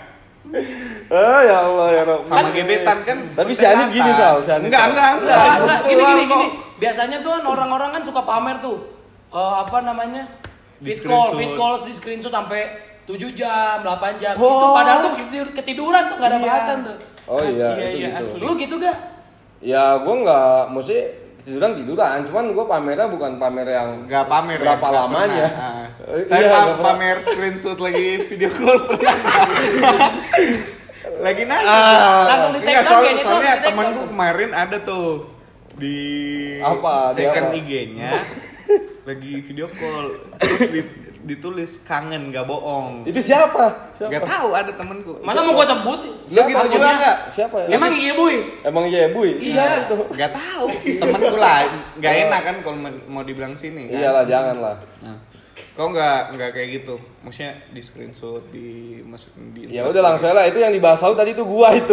Ya Allah ya Rob. Sama gebetan kan? Tapi si Anit gini, Sal. Si Anit, Enggak. Enggak, Keluar gini. kok. Biasanya tuh kan orang-orang kan suka pamer tuh. Apa namanya? Di Fit screenshot. call di screenshot sampai 7 jam, 8 jam. Oh. Itu padahal tuh ketiduran tuh enggak ada Iya. bahasan tuh. Oh iya, Iya, itu gitu. asli. Lu gitu gak? Ya gue nggak, mesti tiduran, cuman gue pamernya bukan pamer yang Nggak pamer ya? berapa Nggak lamanya. pernah. Iya, Tapi nggak pernah. pamer screenshot lagi video call pernah nggak? Lagi nanya. Langsung di-tag Enggak, kan kayaknya tuh, soalnya di-tag temanku kan. kemarin ada tuh di Apa? Dia second apa? IG-nya lagi video call terus ditulis kangen gak bohong. Itu siapa? Gak tahu, ada temanku. Masa mau gua sebut? Lu gitu juga enggak? Siapa ya? Emang iya, Boy? Emang iya Bui? Iya. Itu. Gak tahu. Temanku lah. Gak enak kan kalau mau dibilang sini kan. Iyalah, jangan lah. Nah, kau nggak kayak gitu, maksudnya di screenshot, dimasukin di. Ya udah langsung lah, itu yang dibahas Saud tadi itu gua itu.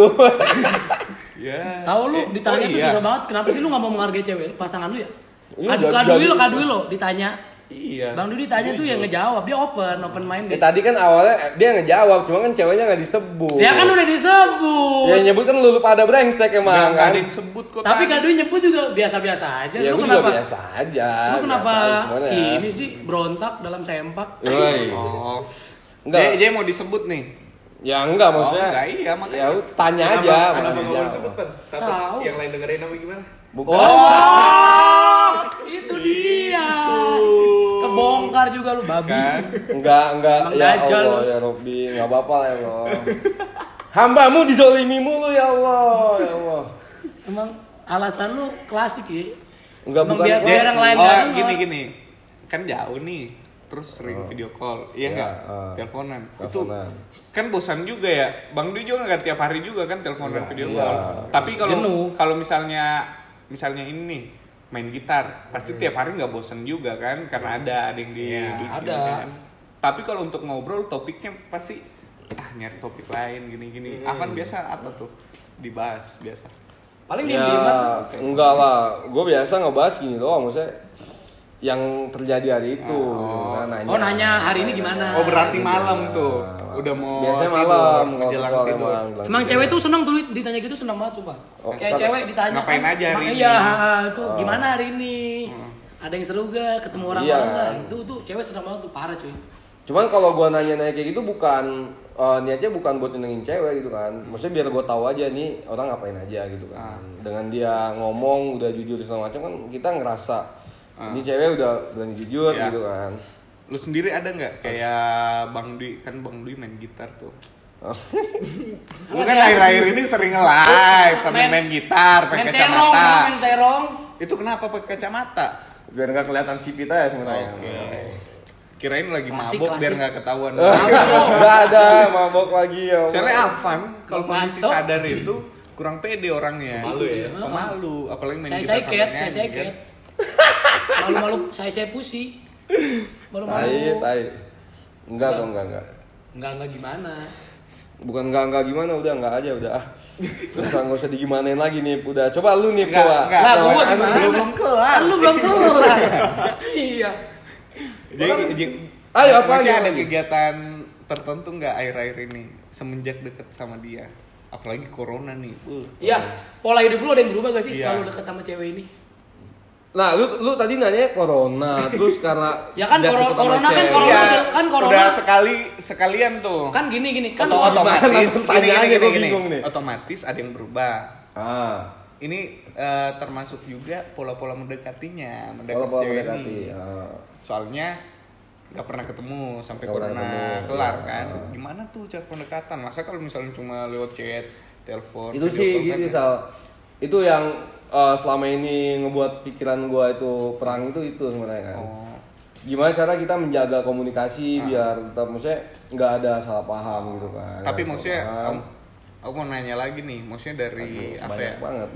Ya. Tahu lu ditanya oh tuh iya. susah banget. Kenapa sih lu nggak mau menghargai cewek pasangan lu ya? Iya, Kadui lo ditanya. Iya. Bang Dudi ditanya tuh yang ngejawab, dia open mind. Tadi kan awalnya dia ngejawab, cuma kan ceweknya nggak disebut. Ya kan udah disebut. Ya nyebut kan lu pada brengsek emang Nggak kan. ada yang sebut kok. Tapi tadi. Kadui nyebut juga biasa-biasa aja. Ya Lu gua kenapa? juga biasa aja. Lu kenapa biasa aja semuanya. ini sih berontak dalam sempak? Yoi. Oh. Enggak. Dia mau disebut nih. Ya enggak maksudnya. enggak, iya, makanya. Ya udah, tanya aja. Kenapa makanya nggak mau jawab. disebut kan? Takut Tahu. yang lain dengerin apa gimana? Bukan. Oh. Itu dia. Kebongkar juga lu babi. Kan? Enggak. Bang Ya Dajjal Allah, lu. ya Robbi, enggak apa-apa ya Allah. Hambamu dizolimi mulu ya Allah, ya Allah. Emang alasan lu klasik ya. Enggak Emang bukan. biar Dia, yang lain oh, nggak dengar. gini. Kan jauh nih. Terus sering video call. Iya Iya, enggak? Teleponan. teleponan. Itu kan bosan juga ya. Bang Dwi juga enggak tiap hari juga kan teleponan video iya. call. Tapi Jenuh. kalau misalnya ini nih main gitar, pasti tiap hari nggak bosan juga kan karena ada yang dibikin ada. kan. Tapi kalau untuk ngobrol topiknya pasti nyari topik lain gini. Avan biasa apa tuh dibahas biasa? Paling Ya, diem-dieman tuh. enggak lah. Gue biasa ngebahas gini doang, maksudnya yang terjadi hari itu. Kan, Oh nanya hari ini gimana? Oh berarti malam tuh udah mau biasanya tidur, malam kalau menjelang kalau tidur. Emang cewek tuh seneng tuh ditanya gitu, seneng banget sumpah. Kayak tapi- cewek ditanya Ngapain kan, aja hari ini? Iya, itu gimana hari ini? Ada yang seru gak? Ketemu orang-orang Iya. gak? Tuh cewek seneng banget tuh, parah cuy. Cuman kalau gue nanya-nanya kayak gitu bukan niatnya bukan buat nyenengin cewek gitu kan. Maksudnya biar gue tahu aja nih orang ngapain aja gitu kan. Dengan dia ngomong udah jujur segala macam kan kita ngerasa ini cewek udah berani jujur Iya. gitu kan. Lu sendiri ada nggak kayak Bang Dwi, kan Bang Dwi main gitar tuh. Lu kan akhir-akhir ini sering nge-live sambil main gitar pakai Main serong, kacamata. main serong. Itu kenapa pakai kacamata? Biar nggak kelihatan sipit aja sebenarnya. Kirain lagi Klasik, mabok klasik. biar nggak ketahuan. Nggak ada mabok lagi ya. Allah. Soalnya Avan kalau kondisi Mantap. sadar itu kurang pede orangnya. Pemalu ya? Pemalu, apalagi main Saya gitar ket, sambil saya nyanyi, ket. kan. Malu-malu saya pusi. Malu-malu. Tai. Enggak kok, enggak. Enggak gimana. Bukan enggak gimana, udah enggak aja udah. Nggak usah digimanain lagi nih, udah. Coba lu nih, Enggak, coba. enggak. Lah, Kawan, gua kan gimana? belum kelar. Lu belum kelar. Iya. Ayo, apa Masih lagi? ada kegiatan tertentu nggak akhir-akhir ini semenjak deket sama dia? Apalagi corona nih. Iya, pola hidup lu ada yang berubah gak sih Iya. selalu deket sama cewek ini? Nah, lu tadi nanya corona, terus karena Ya kan, sejak deket sama corona kan cewek. corona. Iya, kan corona. udah sekalian tuh. Kan gini kan Otomatis Gimana pertanyaannya, gua bingung nih. Otomatis ada yang berubah. Ah, Ini termasuk juga pola-pola mendekatinya, pola-pola cewek mendekati. ini. Ah. Soalnya nggak pernah ketemu sampai Nggak pernah corona ketemu, kelar iya. kan. Gimana tuh cara pendekatan? Masa kalau misalnya cuma lewat chat, telepon, Itu video sih call kan gini, ya? Sal. Itu yang selama ini ngebuat pikiran gue itu perang itu sebenarnya kan. Gimana cara kita menjaga komunikasi biar tetap maksudnya nggak ada salah paham gitu kan. Tapi maksudnya aku mau nanya lagi nih, maksudnya dari apa ya? Banget.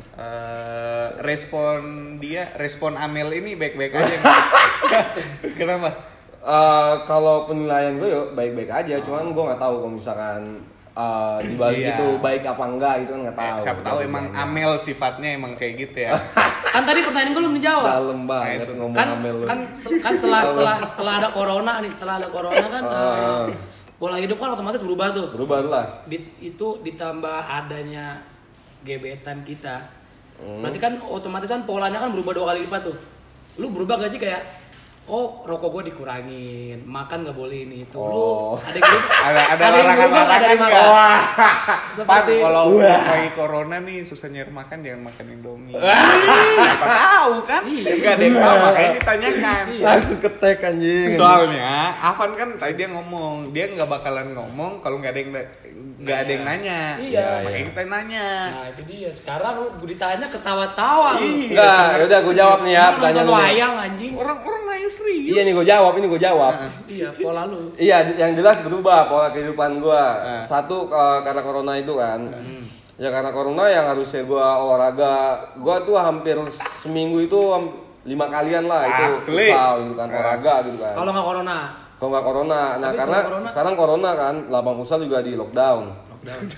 Respon Amel ini baik-baik aja nggak? Kenapa? Kalau penilaian gue ya baik-baik aja, cuman gue nggak tahu kalau misalkan di balik itu baik apa enggak itu kan nggak tahu. Siapa tahu emang Amel sifatnya emang kayak gitu ya. Kan tadi pertanyaan gue belum dijawab. Dalam banget ngomong Amel lu. Kan setelah ada corona kan pola hidup kan otomatis berubah tuh. Berubah jelas. Itu ditambah adanya gebetan kita. Berarti kan otomatis kan polanya kan berubah 2 kali lipat tuh. Lu berubah gak sih kayak rokok gue dikurangin, makan nggak boleh ini itu. Lu ada larangan-larangan nggak? Seperti kalau lagi corona nih susah nyari makan, jangan makan Indomie. Siapa tahu kan? Nggak ada yang tahu, makanya ditanyakan. Langsung ketek anjing. Soalnya Avan kan tadi dia ngomong, dia nggak bakalan ngomong kalau nggak ada yang nanya. Iya. Makanya kita nanya. Nah itu dia. Sekarang gue ditanya ketawa-tawa. Enggak, udah gue jawab nih ya pertanyaan lu. Wayang anjing. Orang nanya serius. Iya nih gue jawab. Iya, pola lu. Iya, yang jelas berubah pola kehidupan gue. Satu karena corona itu kan. Ya karena corona yang harusnya gue olahraga, gue tuh hampir seminggu itu 5 kalian lah itu futsal gitu kan, olahraga gitu kan. Kalau nggak corona. Nah tapi karena sekarang corona kan, lapang futsal juga di lockdown.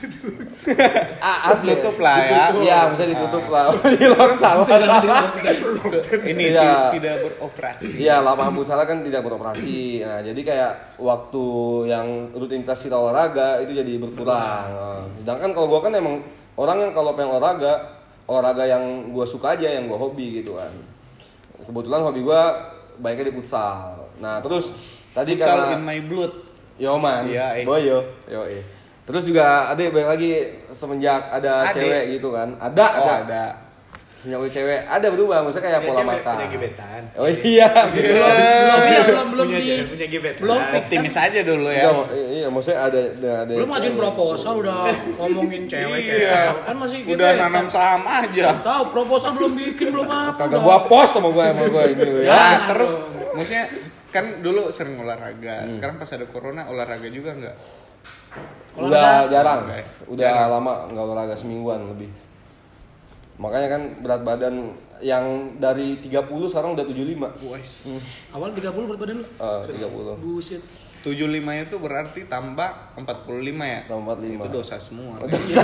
Asli tutup lah ya. Iya, bisa ditutup lah. Di lockdown. Ini tidak beroperasi. Iya, lapangan futsal kan tidak beroperasi. Nah, jadi kayak waktu yang rutinitas kita olahraga itu jadi berkurang. Sedangkan kalau gua kan emang orang yang kalau pengen olahraga yang gua suka aja, yang gua hobi gitu kan. Kebetulan hobi gua baiknya di futsal. Nah, terus tadi futsal karena in my blood. Yo man. Iya, Boyo. Terus juga ada balik lagi semenjak ada cewek gitu kan. Ada. Punya cewek ada berubah, maksudnya kayak pola makan. Punya gebetan. Oh iya. Belum punya gebetan. Belum Optimis aja dulu ya. Iya, maksudnya ada belum ngajuin proposal udah ngomongin cewek. Kan masih udah nanam saham aja. Tahu proposal belum bikin belum apa. kagak gua post sama gua ini ya. Terus maksudnya kan dulu sering olahraga. Sekarang pas ada corona olahraga juga enggak? Udah jarang. Udah lama enggak olahraga, semingguan lebih. Makanya kan berat badan yang dari 30 sekarang udah 75. Awal 30 berat badan lu? 30. Buset. 75 itu berarti tambah 45 ya? Tambah 45. Itu dosa semua.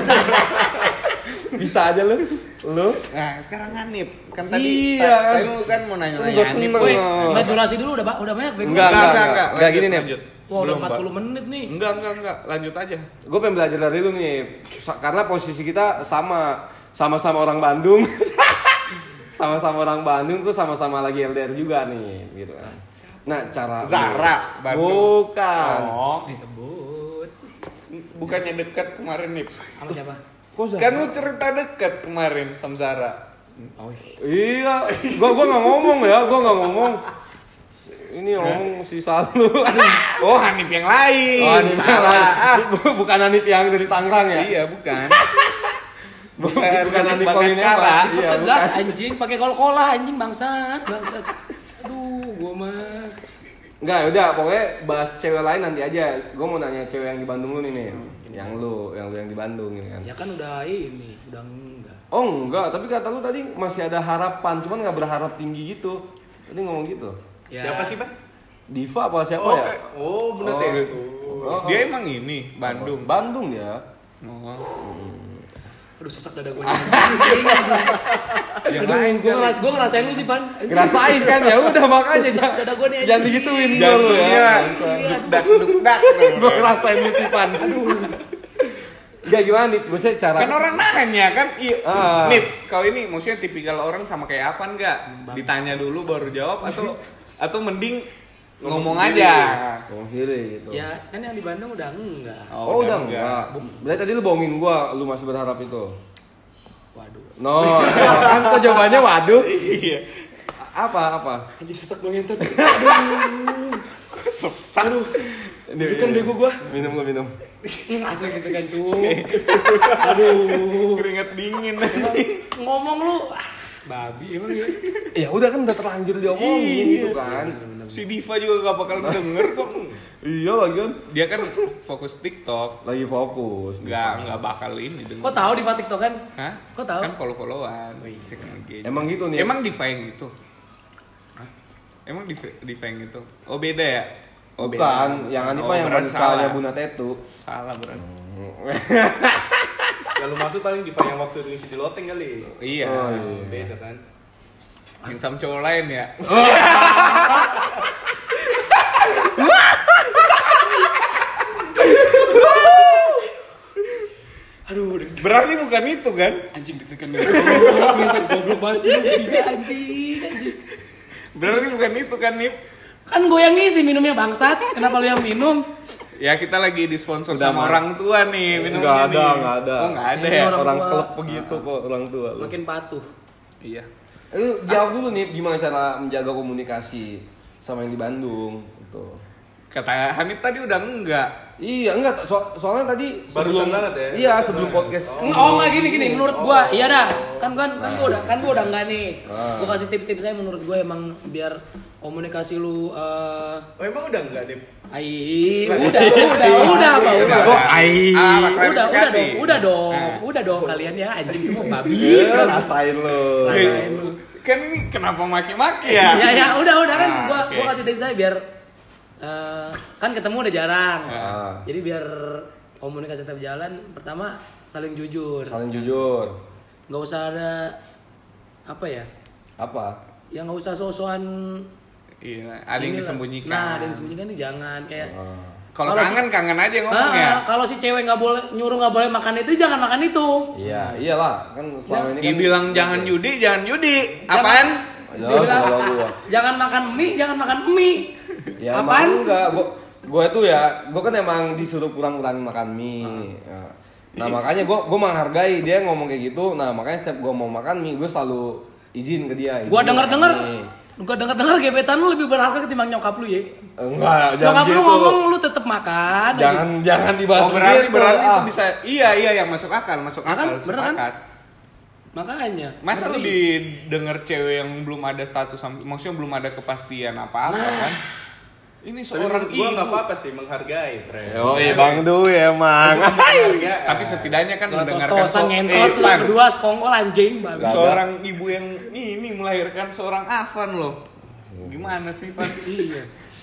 Bisa aja lu. Nah, sekarang Hanif. Kan tadi lu kan mau nanya-nanya Hanif. Woi, durasi dulu udah banyak. Enggak gini nih. Lanjut. Wah, udah 40 menit nih. Enggak. Lanjut aja. Gue pengen belajar dari lu nih. Karena posisi kita sama-sama orang Bandung. Sama-sama orang Bandung tuh sama-sama lagi LDR juga nih, gitu kan. Nah, cara Zara Bandung. Bukan. Disebut. Bukannya dekat kemarin nih. Sama siapa? Kan lu cerita dekat kemarin sama Zara. Oh iya. Gua enggak ngomong ya, Ini ngomong si Salu. Oh, Hanif yang lain. Oh, Hanif yang lain. Bukan Hanif yang dari Tangerang ya? Iya, bukan. Bukan Hanif Bagaskara. Iya, tegas anjing, pakai kol-kolah anjing bangsat. Aduh, gua mah. Enggak, udah pokoknya bahas cewek lain nanti aja. Gua mau nanya cewek yang di Bandung lu nih. Yang lu yang di Bandung ini kan. Ya kan udah enggak. Oh, enggak, tapi kata lu tadi masih ada harapan, cuman enggak berharap tinggi gitu. Tadi ngomong gitu. Ya. Siapa sih, Bang? Diva apa siapa ya? Oh, bener ya itu. Dia emang ini Bandung. Bandung ya. Aduh, sesak dada gue. Yang lain Gue ngerasain lu sih, Pan. Ngerasain kan ya udah makanya Sesak dada gue nih. jangan digituin dulu ya. Duk-dak. Gue ngerasain lu sih, Pan. Aduh. Enggak gimana nih? Maksudnya cara Kan orang nanya kan, Nip, kau ini maksudnya tipikal orang sama kayak apa enggak? Ditanya dulu baru jawab atau mending ngomong aja. ngomong sendiri gitu. Ya, kan yang di Bandung udah enggak. Oh, udah enggak. Berarti tadi lu bohongin gua, lu masih berharap itu. Waduh. No, kan kok jawabannya waduh. Iya. Apa? Anjing sesak gue ngentot. Kok sesak? Ini kan bego gua. Minum. Asli gitu kan, Cuk. Aduh. Keringat dingin anjing. Ngomong lu. Babi emang ya. Ya udah kan udah terlanjur diomongin gitu kan. Si Diva juga gak bakal denger kok. Iya lagi kan. Dia kan fokus TikTok. Lagi fokus. Nggak bakal ini denger. Kok tahu di TikTok kan? Hah? Kok tahu? Kan follow-followan. Emang gitu nih. Emang Diva yang itu? Hah? Emang Diva yang itu? Oh beda ya? Oh, bukan, yang Hanifa yang berarti Maniskalnya salah. Buna Tetu. Salah berarti. Kalau maksud paling Diva yang waktu itu ngisi di loteng kali. Iya. Oh, iya. Beda kan. Yang sama cowok lain ya. Aduh, Berarti bukan itu kan? anjing deg-degan goblok banget sih lu anjing. Berarti bukan itu kan, Nip? Kan gue yang ngisi minumnya bangsat. Kenapa lu yang minum? Ya kita lagi disponsor Udah, sama Mas. orang tua nih minumnya Nggak ada, nih. nggak ada. Oh nggak ada Ini ya? orang Orang tua. klub begitu kok orang tua lu. Makin patuh. Iya. Jawab dulu nih gimana cara menjaga komunikasi sama yang di Bandung gitu. Kata Hanif tadi udah enggak. Iya, enggak soalnya tadi Barusan banget ya? Iya, Barusan sebelum banget. podcast. Enggak gini menurut gua iya dah. Kan gua udah enggak nih. Gua kasih tips-tips saya menurut gua emang biar komunikasi lu Oh emang udah enggak nih? udah apa udah. Kok ai? Udah dong kalian ya anjing semua babi. Rasain lu. Rasain lu. Kan ini kenapa maki-maki ya? Ya udah kan oke. gua kasih tips saya biar kan ketemu udah jarang. Ah. Jadi biar komunikasi tetap jalan, pertama saling jujur. Saling jujur. Nggak usah ada apa ya? Apa? Ya nggak usah so-soan. Iya, ada yang inilah. disembunyikan. Nah, ada yang disembunyikan itu jangan kayak. Kalau Kalau kangen aja ngomong ya. Kalau si cewek nggak boleh makan itu, jangan makan itu. Iya, iyalah kan selama ini kan Dibilang jangan judi. Apaan? Ya, Dibilang, salah gua. jangan makan mie. Ya Apaan? emang enggak, gua tuh ya, gua kan emang disuruh kurang-kurangin makan mie. Ya. Nah makanya gua menghargai dia ngomong kayak gitu. Nah makanya setiap gua mau makan mie, gua selalu izin ke dia. Gua izin denger gebetan lu lebih berharga ketimbang nyokap lu ya. Enggak, Nyokap jangan lu gitu. ngomong lu tetep makan. aja. Jangan dibahas Oh berarti begitu. itu bisa. Iya yang masuk akal, Kan, bener kan? sepakat. Makanya. Masa ngerti? lebih denger cewek yang belum ada status, maksudnya belum ada kepastian apa-apa kan? Ini seorang Tapi gua ibu. nggak apa-apa sih menghargai, Tre. Oh iya Bang Dwi emang. Tapi setidaknya kan mendengarkan Tos-tosan ngentot lu Pan. berdua sekongkol anjing babi. Seorang ibu yang ini melahirkan seorang Afan loh. Gimana sih Pan? Iya.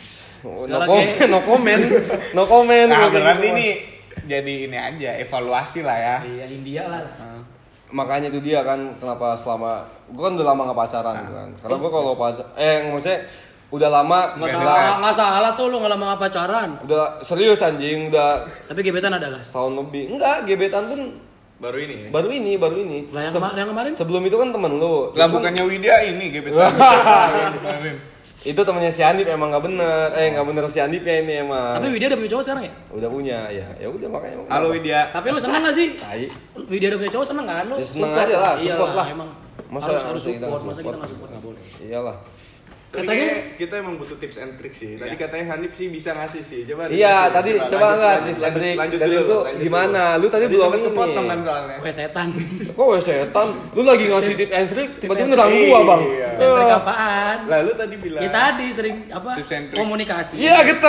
No comment. Nah Gua kayak berarti gitu. ini jadi ini aja evaluasi lah ya. Iya India lah. Makanya itu dia kan kenapa selama gua kan udah lama gak pacaran gitu kan. Karena gua kalau maksudnya udah lama Nggak salah tuh lu nggak lama nggak pacaran. udah serius anjing, udah Tapi gebetan adalah. setahun lebih. Enggak, gebetan pun Baru ini ya? baru ini. Lah yang kemarin? Sebelum itu kan temen lu. Lah Itu- bukannya Widya ini gebetan. Kemarin. itu temennya si Andip emang nggak bener. Nggak bener si Andipnya ini emang. Tapi Widya udah punya cowok sekarang ya? Udah punya ya. Ya udah makanya. Halo Widya. Tapi lu seneng gak sih? Tai. Widya udah punya cowok seneng kan lu? Ya, seneng Support aja lah, Iya support lah. Emang Masa harus kita support. nggak Masa kita support? nggak support nggak boleh. Iyalah. Tapi Katanya- kayak kita emang butuh tips and trick sih. Tadi katanya Hanif sih bisa ngasih sih. Coba Iya, dikasih. tadi coba enggak tips and trick dari itu gimana? Lu tadi belum Sempat ini. kepotong kan soalnya. Kue setan. Kok setan? Lu lagi ngasih tips and trick, tiba-tiba nyerang gua, Bang. Iya. Trik apaan? Lalu tadi bilang. Ya tadi sering apa? Tips and trick. Komunikasi. Iya, getar.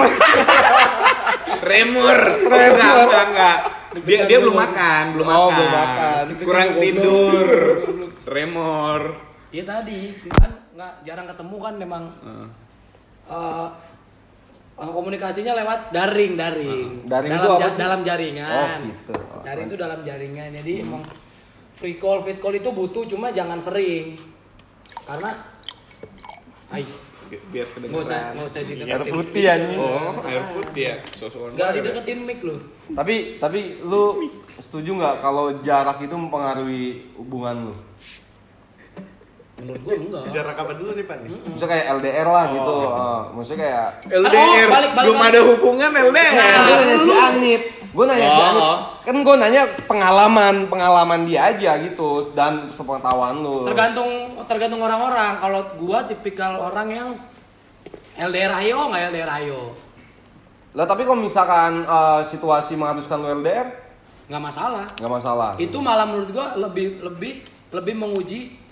Remur. Enggak. Dia belum makan, Oh, belum makan. Kurang tidur. Remor. Iya tadi, kan nggak jarang ketemu kan memang komunikasinya lewat daring. Daring dalam, itu apa sih? dalam jaringan. Oh, gitu. Daring itu dalam jaringan. Jadi emang free call, fit call itu butuh, cuma jangan sering. Karena Biar kedengeran. nggak usah Air dideketin. putih anjing. Oh, air putih ya. Sosokan Segala banget. dideketin mic lu. Tapi lu setuju nggak kalau jarak itu mempengaruhi hubungan lu? Menurut gua enggak. Jarak apa dulu nih, Pan? Maksudnya kayak LDR lah gitu. Maksudnya kayak LDR. balik Belum lagi. ada hubungan LDR. gue nanya si Anip. Gue nanya si Anip. Kan gue nanya pengalaman dia aja gitu dan sepengetahuan lu. Tergantung orang-orang. Kalau gua tipikal orang yang LDR ayo nggak LDR ayo. Lah tapi kalau misalkan situasi mengharuskan lu LDR, Nggak masalah. nggak masalah. Itu malah menurut gua lebih menguji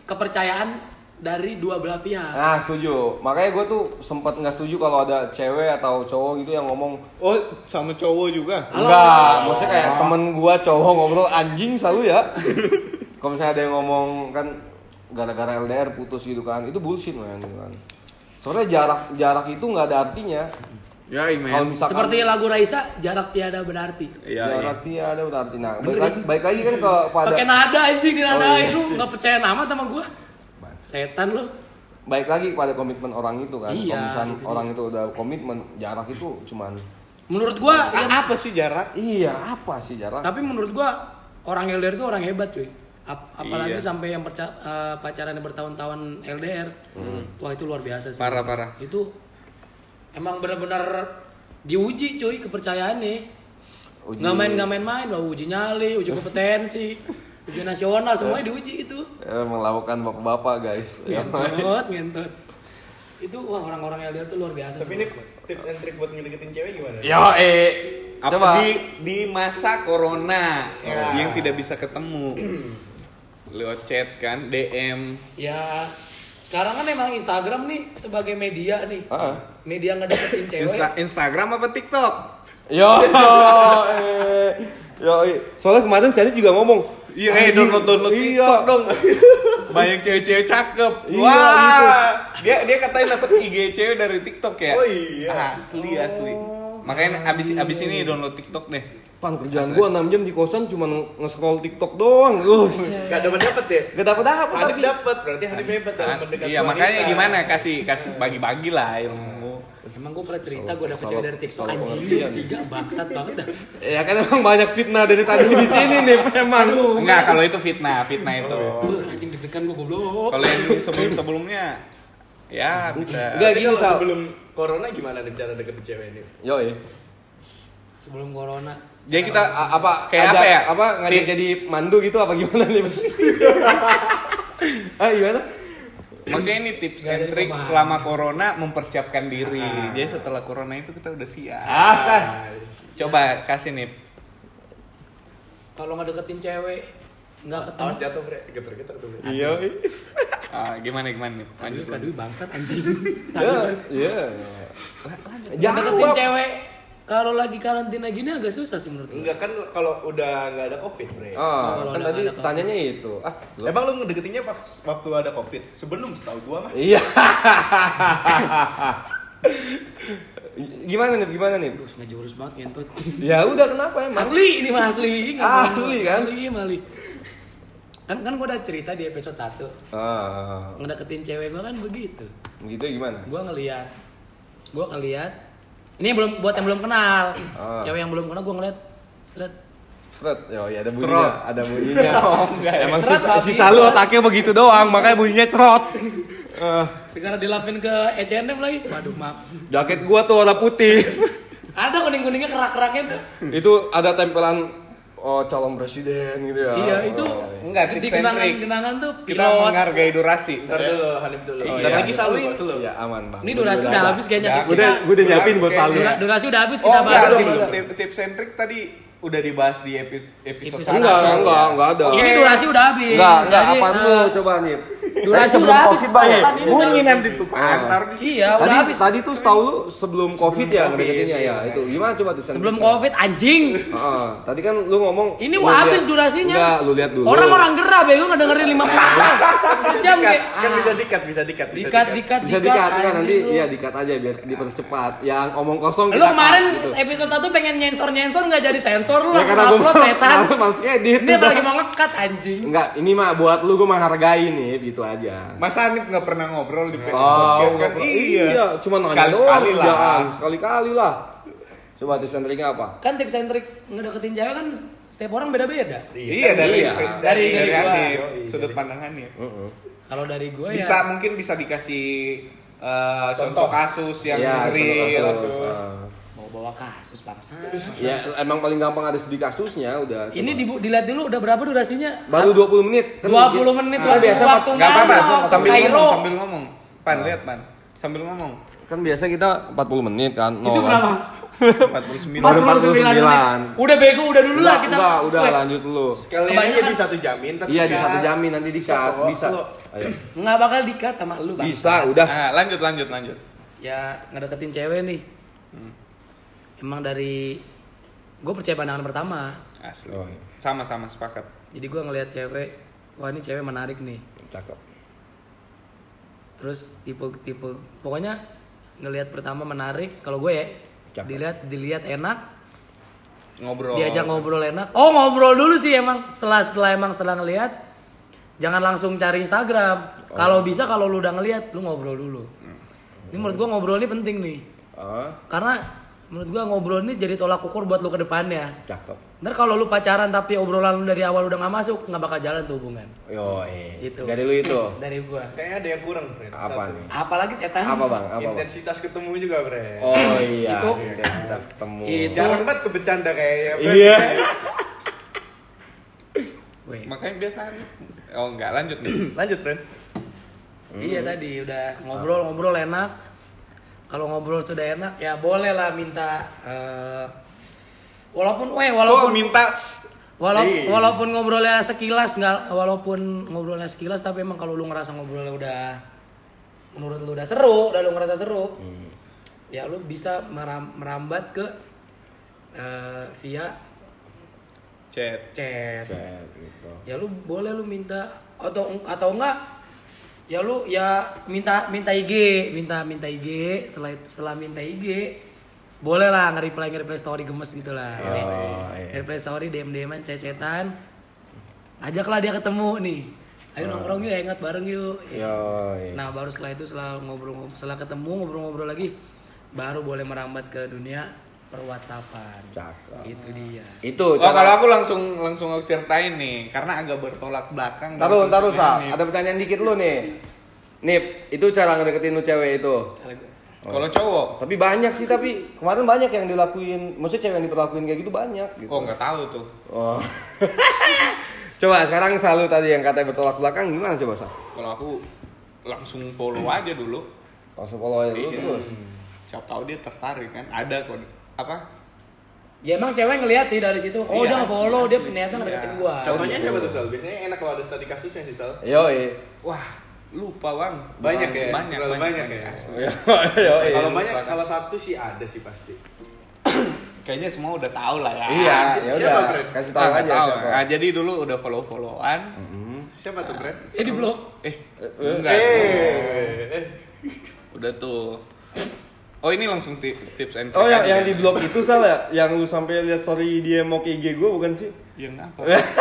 kepercayaan dari dua belah pihak. Nah, setuju. Makanya gue tuh sempat nggak setuju kalau ada cewek atau cowok gitu yang ngomong. Oh, sama cowok juga. Enggak, maksudnya kayak temen gue cowok ngobrol anjing selalu ya. Kalau misalnya ada yang ngomong kan gara-gara LDR putus gitu kan, itu bullshit man gitu kan. Soalnya jarak itu nggak ada artinya. Ya, Kalau misalkan Seperti lagu Raisa, jarak tiada berarti. jarak tiada berarti. Nah, baik lagi kan kepada Pakai nada anjing, dinadain iya lu enggak percaya nama sama gua. Setan lu. baik lagi kepada komitmen orang itu kan. Iya, Kalau misalnya itu orang itu udah komitmen, jarak itu cuman Menurut gua Apa sih jarak? iya apa sih jarak? tapi menurut gua orang LDR itu orang hebat cuy. Apalagi Iya. sampai yang pacaran bertahun-tahun LDR. Wah, itu luar biasa sih. Parah. Itu emang benar-benar diuji cuy kepercayaannya. Nggak main-main loh, uji nyali, uji kompetensi, uji nasional, semuanya diuji itu. Melakukan bapak-bapak guys. Ngentot. Itu wah orang-orang LDR tuh luar biasa. Tapi ini semua. tips and trick buat ngedeketin cewek gimana? Coba Di masa corona Ya. yang tidak bisa ketemu. Lewat chat kan, DM. Ya sekarang kan emang Instagram nih sebagai media nih. Ah. Media ngedeketin cewek. Instagram apa TikTok? Yo, soalnya kemarin saya juga ngomong. Iya, anjing, download iya. TikTok dong. Banyak cewek-cewek cakep. Iya, Wah, dia katanya dapat IG cewek dari TikTok ya. Oh iya. Asli. Makanya abis ini download TikTok deh. Pan kerjaan gua 6 jam di kosan cuma nge-scroll TikTok doang. Gak dapet ya? Gak dapet Hanif dapet, berarti Hanif hebat dalam mendekat Iya, wanita. makanya gimana kasih bagi-bagi lah ilmu. Emang gue pernah cerita gue dapet cewek dari TikTok salah anjing pengertian. 3 bangsat banget dah. Ya kan emang banyak fitnah dari tadi di sini nih, emang. Enggak, kalau itu fitnah itu. Anjing deg-degan gue goblok. Kalau yang sebelumnya ya bisa. Enggak Tapi gini kalau Sal. sebelum corona gimana nih cara deketin cewek ini? Yoi. Sebelum corona. Jadi kita Apa kayak ajak- apa ya? Apa ngajak jadi mandu gitu apa gimana nih? Gimana? Maksudnya ini tips Nggak and jadi trick pemahaman. selama corona mempersiapkan diri. Jadi setelah corona itu kita udah siap. Coba kasih nih. Kalau nggak deketin cewek nggak ketemu. Awas jatuh bre, geter-geter tuh bre. Iya. Gimana nih? Lanjut. Kadui bangsat anjing. Iya. Deketin cewek kalau lagi karantina gini agak susah sih menurut gue. Enggak kan kalau udah nggak ada covid bre. Oh, kan udah tadi ada tanyanya itu. Emang lu ngedeketinnya pas waktu ada covid? Sebelum setahu gua mah. Iya. Gimana nih? Nggak jurus banget ngentot. Ya udah kenapa emang? Asli ini mah asli. Nggak bohong. Asli kan? Asli. Kan gue udah cerita di episode 1. Ngedeketin cewek gue kan begitu. Begitu gimana? Gue ngeliat ini yang buat yang belum kenal. Cewek yang belum kenal gue ngeliat seret. Ya ada Cerot. bunyinya, ada bunyinya. Emang Seret si habis. Salu otaknya begitu doang, makanya bunyinya cerot. Sekarang dilapin ke H&M lagi. Waduh maaf. Jaket gua tuh warna putih. Ada kuning-kuningnya kerak-keraknya tuh. Itu ada tempelan calon presiden gitu ya. Iya itu. Enggak, Di tips and trick. kenangan tuh Kita pilot. menghargai durasi. Ntar dulu Hanif dulu. Iya. Dan lagi selalu kok selalu. Ya aman bang. Ini durasi udah habis kayaknya. Gua udah nyiapin buat Salu. Durasi udah habis Oh kita bahas. enggak, tips and trick tadi udah dibahas di episode Episode Enggak ada. Ini durasi udah habis. Enggak, Jadi, apa dulu coba nih. Durasi udah habis. Pan, ini bunyi udah- nanti tuh antar di sini. Iya, udah habis. Tadi tuh setahu lu sebelum Covid ya Covid, ngedeketinnya iya. ya. Itu gimana coba tuh? Sebelum Covid anjing. Tadi kan lu ngomong Ini lu habis lihat- durasinya. Enggak, lu lihat dulu. Orang-orang gerah bego ngedengerin 50 menit. Sejam kayak Kan bisa dikat. dikat. Bisa dikat kan anjing nanti lu. iya dikat aja biar dipercepat. Yang omong kosong Lu kita kemarin cut, gitu. episode 1 pengen nyensor nggak jadi sensor lu Ya langsung karena gua upload setan. males ngedit. Ini apalagi mau nge-cut anjing. Enggak, ini mah buat lu gua menghargai nih gitu aja. Masa Hanif nggak pernah ngobrol di podcast kan? Iya, cuma nanya Sekali-sekali doang, lah. kerjaan. Sekali-kali lah. Coba tips and triknya apa? Kan tips and trick ngedeketin cewek kan setiap orang beda-beda. Iya dari Iya. Dari gua. Hanif, Yoi, sudut dari- pandangannya. Kalau dari gue Bisa ya mungkin bisa dikasih contoh kasus yang Iya, real. contoh kasus. mau bawa kasus bangsa. Ya, emang paling gampang ada studi kasusnya udah. Ini coba. dilihat dulu udah berapa durasinya? baru 20 menit. 20 menit Kan waktu biasa waktu Gak apa-apa, mana? sambil Kairo. ngomong, sambil ngomong. Pan, lihat Pan, sambil ngomong. kan biasa kita 40 menit kan. Itu berapa? 49. 49 menit. Udah bego, udah dulu lah kita. Udah Weh, lanjut lu. Sekalian aja di satu jamin tapi Iya di satu jamin nanti di-cut. Bisa. Ayo. nggak bakal di-cut sama lu, Bang. Bisa, udah. Lanjut. Ya ngedeketin cewek nih. Emang dari gue percaya pandangan pertama. Asli. Oh, iya. Sama sepakat. Jadi gue ngelihat cewek, wah ini cewek menarik nih. Cakep. Terus tipe pokoknya ngelihat pertama menarik. Kalau gue ya Cakep. dilihat enak, Ngobrol. diajak ngobrol enak. Oh ngobrol dulu sih emang setelah ngelihat, jangan langsung cari Instagram. Kalau bisa kalau lu udah ngelihat, lu ngobrol dulu. Ini menurut gue ngobrol ini penting nih. Karena menurut gua ngobrol ini jadi tolak ukur buat lu ke depannya. Cakep. Ntar kalau lu pacaran tapi obrolan lu dari awal udah gak masuk, gak bakal jalan tuh hubungan. Gitu. Gitu. Dari lu itu. Dari gua. kayaknya ada yang kurang, Fred. Apa nih? Apalagi setan. Apa bang? Apa bang? Intensitas ketemu juga, Fred. Oh iya. Itu. Intensitas ketemu. Itu. Jarang banget tuh bercanda kayaknya, Fred. Iya. Weh. Makanya biasanya. Oh enggak, lanjut nih. Lanjut, Ren. Iya tadi udah ngobrol enak. Kalau ngobrol sudah enak ya boleh lah minta walaupun minta walaupun ngobrolnya sekilas tapi emang kalau lu ngerasa ngobrolnya udah menurut lu udah seru, lu ngerasa seru. Ya lu bisa merambat ke via chat. Gitu. Ya lu boleh lu minta atau enggak ya lu ya minta IG setelah minta IG boleh lah nge-reply story gemes gitu lah. Nge-reply story DM-an cecetan, ajaklah dia ketemu nih, ayo nongkrong yuk, hangout bareng yuk. Nah baru setelah itu setelah ketemu ngobrol lagi baru boleh merambat ke dunia per-WhatsAppan. Cakep. Itu dia. Itu. Kalau aku langsung aku ceritain nih, karena agak bertolak belakang. Taruh Sa. Ada pertanyaan dikit lu nih. Nip, itu cara ngedeketin lu cewek itu. Kalau cowok, Tapi banyak sih, tapi kemarin banyak yang dilakuin. Maksudnya cewek yang diperlakuin kayak gitu banyak gitu. nggak tahu tuh. Oh. Coba sekarang selalu tadi yang katanya bertolak belakang gimana coba Sa? Kalau aku langsung follow aja dulu. Langsung follow aja dulu Iya. terus. Siapa tahu dia tertarik kan? Ada kok apa? Ya emang cewek ngelihat sih dari situ. Oh, Iya, dia nge-follow, dia asli. ternyata ngedeketin Iya. gua. Contohnya siapa tuh, Sal? Biasanya enak kalau ada studi kasusnya sih, Sal. Yoi. Wah, lupa bang. Banyak ya? Banyak Terlalu banyak ya? asli. Yoi. Kalau banyak salah satu sih ada sih pasti. Kayaknya semua udah tahu lah ya. Iya, ya Siapa, udah. Fred? Kasih tahu aja siapa. Nah, jadi dulu udah follow-followan. Siapa tuh, Fred? Di blok. Enggak. Udah tuh. Oh ini langsung tips and trick. Oh yang aja. di blog itu salah ya? Yang lu sampai lihat story dia mau ke IG gue bukan sih? Yang apa?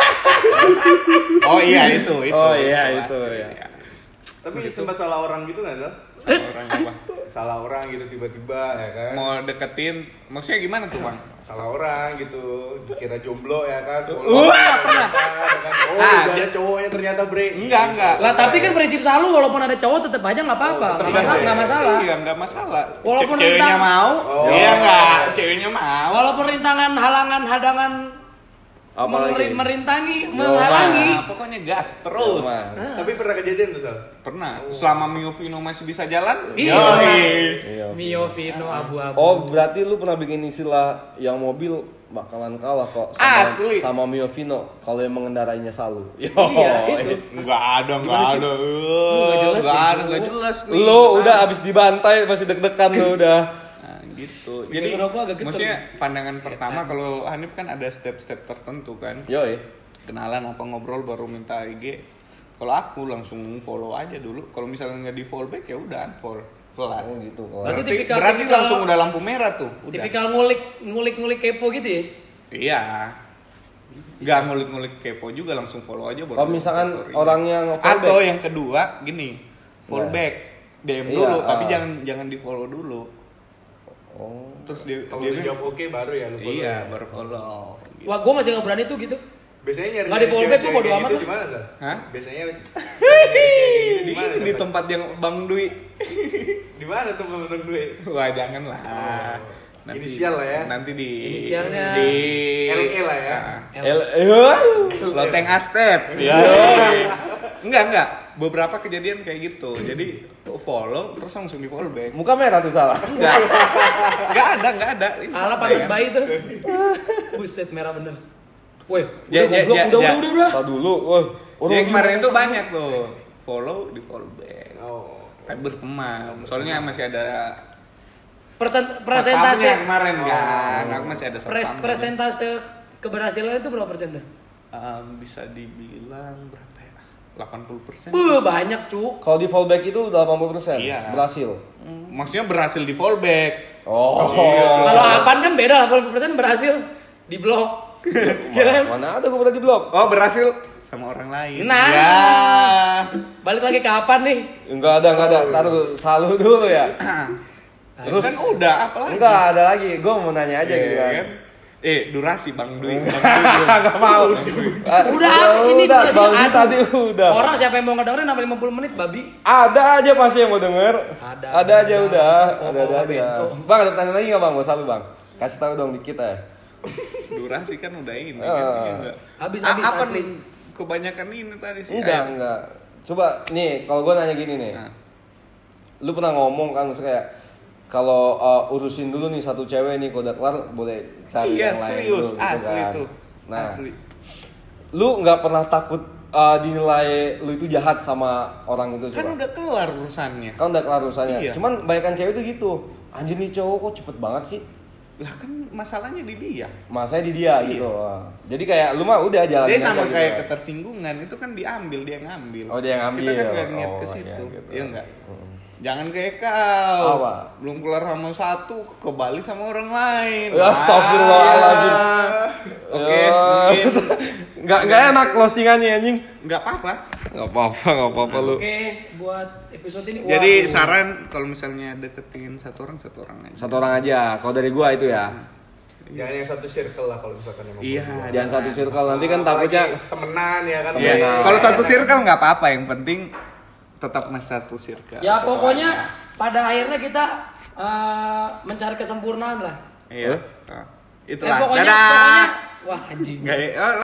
Oh iya itu. Oh iya, Jelas, itu, iya. ya. Tapi sempat salah orang gitu nggak, Sal? Sama orang apa? Salah orang gitu tiba-tiba ya kan? Mau deketin, maksudnya gimana tuh bang? Salah orang gitu, dikira jomblo ya kan? Wah, Dia cowoknya ternyata bre. Enggak. Lah tapi kan prinsip selalu walaupun ada cowok tetap aja nggak apa-apa. tetep Nggak masalah, aja. nggak masalah. Iya nggak masalah. Walaupun Ceweknya rintang- mau, Oh. iya nggak. Ceweknya mau. Walaupun rintangan, halangan, hadangan Apalagi? merintangi, menghalangi. Nah, pokoknya gas terus. Tapi pernah kejadian tuh, Sal? Pernah. Selama Mio Vino masih bisa jalan. Iya. Iya. Mio Vino abu-abu. Oh berarti lu pernah bikin istilah yang mobil bakalan kalah kok Asli. sama Mio Vino kalau yang mengendarainya Salu. Iya, itu. Enggak ada. Nggak jelas, Enggak Bang. jelas. Lu udah abis dibantai masih deg-degan lu udah. Nah, gitu. Bikin Jadi rokok agak getar. maksudnya pandangan pertama kalau Hanif kan ada step-step tertentu kan. Yoi. Kenalan apa ngobrol baru minta IG. Kalau aku langsung follow aja dulu. Kalau misalnya nggak di follow back ya udah unfollow. Kelar. Oh gitu. Berarti Berarti tipikal- langsung udah lampu merah tuh. Udah. Tipikal ngulik kepo gitu ya. Iya. Nggak ngulik-ngulik kepo juga langsung follow aja baru. Kalau misalkan story. orangnya nge-follow atau back. yang kedua gini, follow Nah. back. DM Iya, dulu, tapi ah. jangan di follow dulu. Oh. Terus dia Kalau dia udah jawab oke baru ya lu follow. iya ya? baru follow. Gitu. Wah, gua masih nggak berani tuh gitu. Biasanya nyari Nggak di follow back, gua bodo amat gitu lah. di mana, Sal? Hah? Biasanya nyari cewek gitu di mana? Di Sal? tempat yang Bang Dwi. Di mana tuh menurut gue? Wah jangan lah. Inisial lah ya. Nanti di Inisialnya. di LE lah ya. Loteng Astep. Ya. Enggak. Beberapa kejadian kayak gitu. Jadi follow terus langsung di follow back. Muka merah tuh salah. Enggak ada. Ini Ala santai pantat kan? bayi tuh. Buset merah bener. Woi, Ya, udah. Tahu dulu. Wah. Jadi kemarin itu banyak tuh. Follow di follow back. Oh. Tapi berteman. Soalnya masih ada Persentase satpamnya kemarin kan. Aku masih ada satpamnya. persentase keberhasilan itu berapa persen tuh? Bisa dibilang berapa ya? 80%. Banyak, Cuk. Kalau di fallback itu 80% Iya. berhasil. Maksudnya berhasil di fallback. Oh. Kalau Apan kan beda, 80% berhasil di blok. Kirain Mana ada gue pernah di blok? Oh, berhasil sama orang lain. Nah. Ya. balik lagi ke Apan nih. Enggak ada. Taruh selalu dulu ya. Terus kan udah apalagi? Enggak ada lagi. Gue mau nanya aja gitu kan. Durasi Bang Dwi. Enggak mau. Udah, ini udah, durasi Bang Dwi aduh. tadi udah. Orang siapa yang mau ngedengerin sampai 50 menit, babi? Ada aja pasti yang mau denger. Ada aja udah. Ada aja. bento. Bang, ada pertanyaan lagi enggak Bang? Buat selalu Bang. Kasih tahu dong dikit ya. Durasi kan udah ini. Ah. Kan, ya enggak? Habis Apa asli. nih? Kebanyakan ini tadi sih. Enggak. Coba nih, kalau gue nanya gini nih. Nah. Lu pernah ngomong kan maksudnya kayak kalau urusin dulu nih satu cewek nih, kalau udah kelar boleh cari Iya, yang lain serius. dulu gitu Asli kan. tuh. Nah, Asli. lu nggak pernah takut dinilai lu itu jahat sama orang itu Kan coba? udah kelar urusannya. Kan udah kelar urusannya. Iya. Cuman banyakan cewek itu gitu. Anjir nih cowok kok cepet banget sih. Lah kan masalahnya di dia. Masanya di dia Iya. gitu. Wah. Jadi kayak lu mah udah jalan Dia sama kayak ketersinggungan itu kan diambil, dia ngambil. Oh, dia ngambil. Kita kan gak niat Oh, ke situ. iya, gitu. Iya enggak? Jangan kayak kau. Apa? Belum kelar sama satu, ke Bali sama orang lain. Ya, astagfirullahaladzim. Oke, Ya. mungkin Nggak enak closingannya anjing. nggak apa-apa. Nggak apa-apa lu. Oke, buat episode ini. Jadi waduh. saran kalau misalnya deketin satu orang aja. Satu orang aja. Kalau dari gua itu ya. Jangan yang satu circle lah kalau misalkan emang. Iya. Jangan satu circle nanti kan takutnya temenan ya kan. Iya. Temenan. Kalau satu circle nggak apa-apa, yang penting tetap masih satu circle. Ya pokoknya pada akhirnya kita mencari kesempurnaan lah. Iya. Itulah. Pokoknya Dadah. wah anjing. Nggak,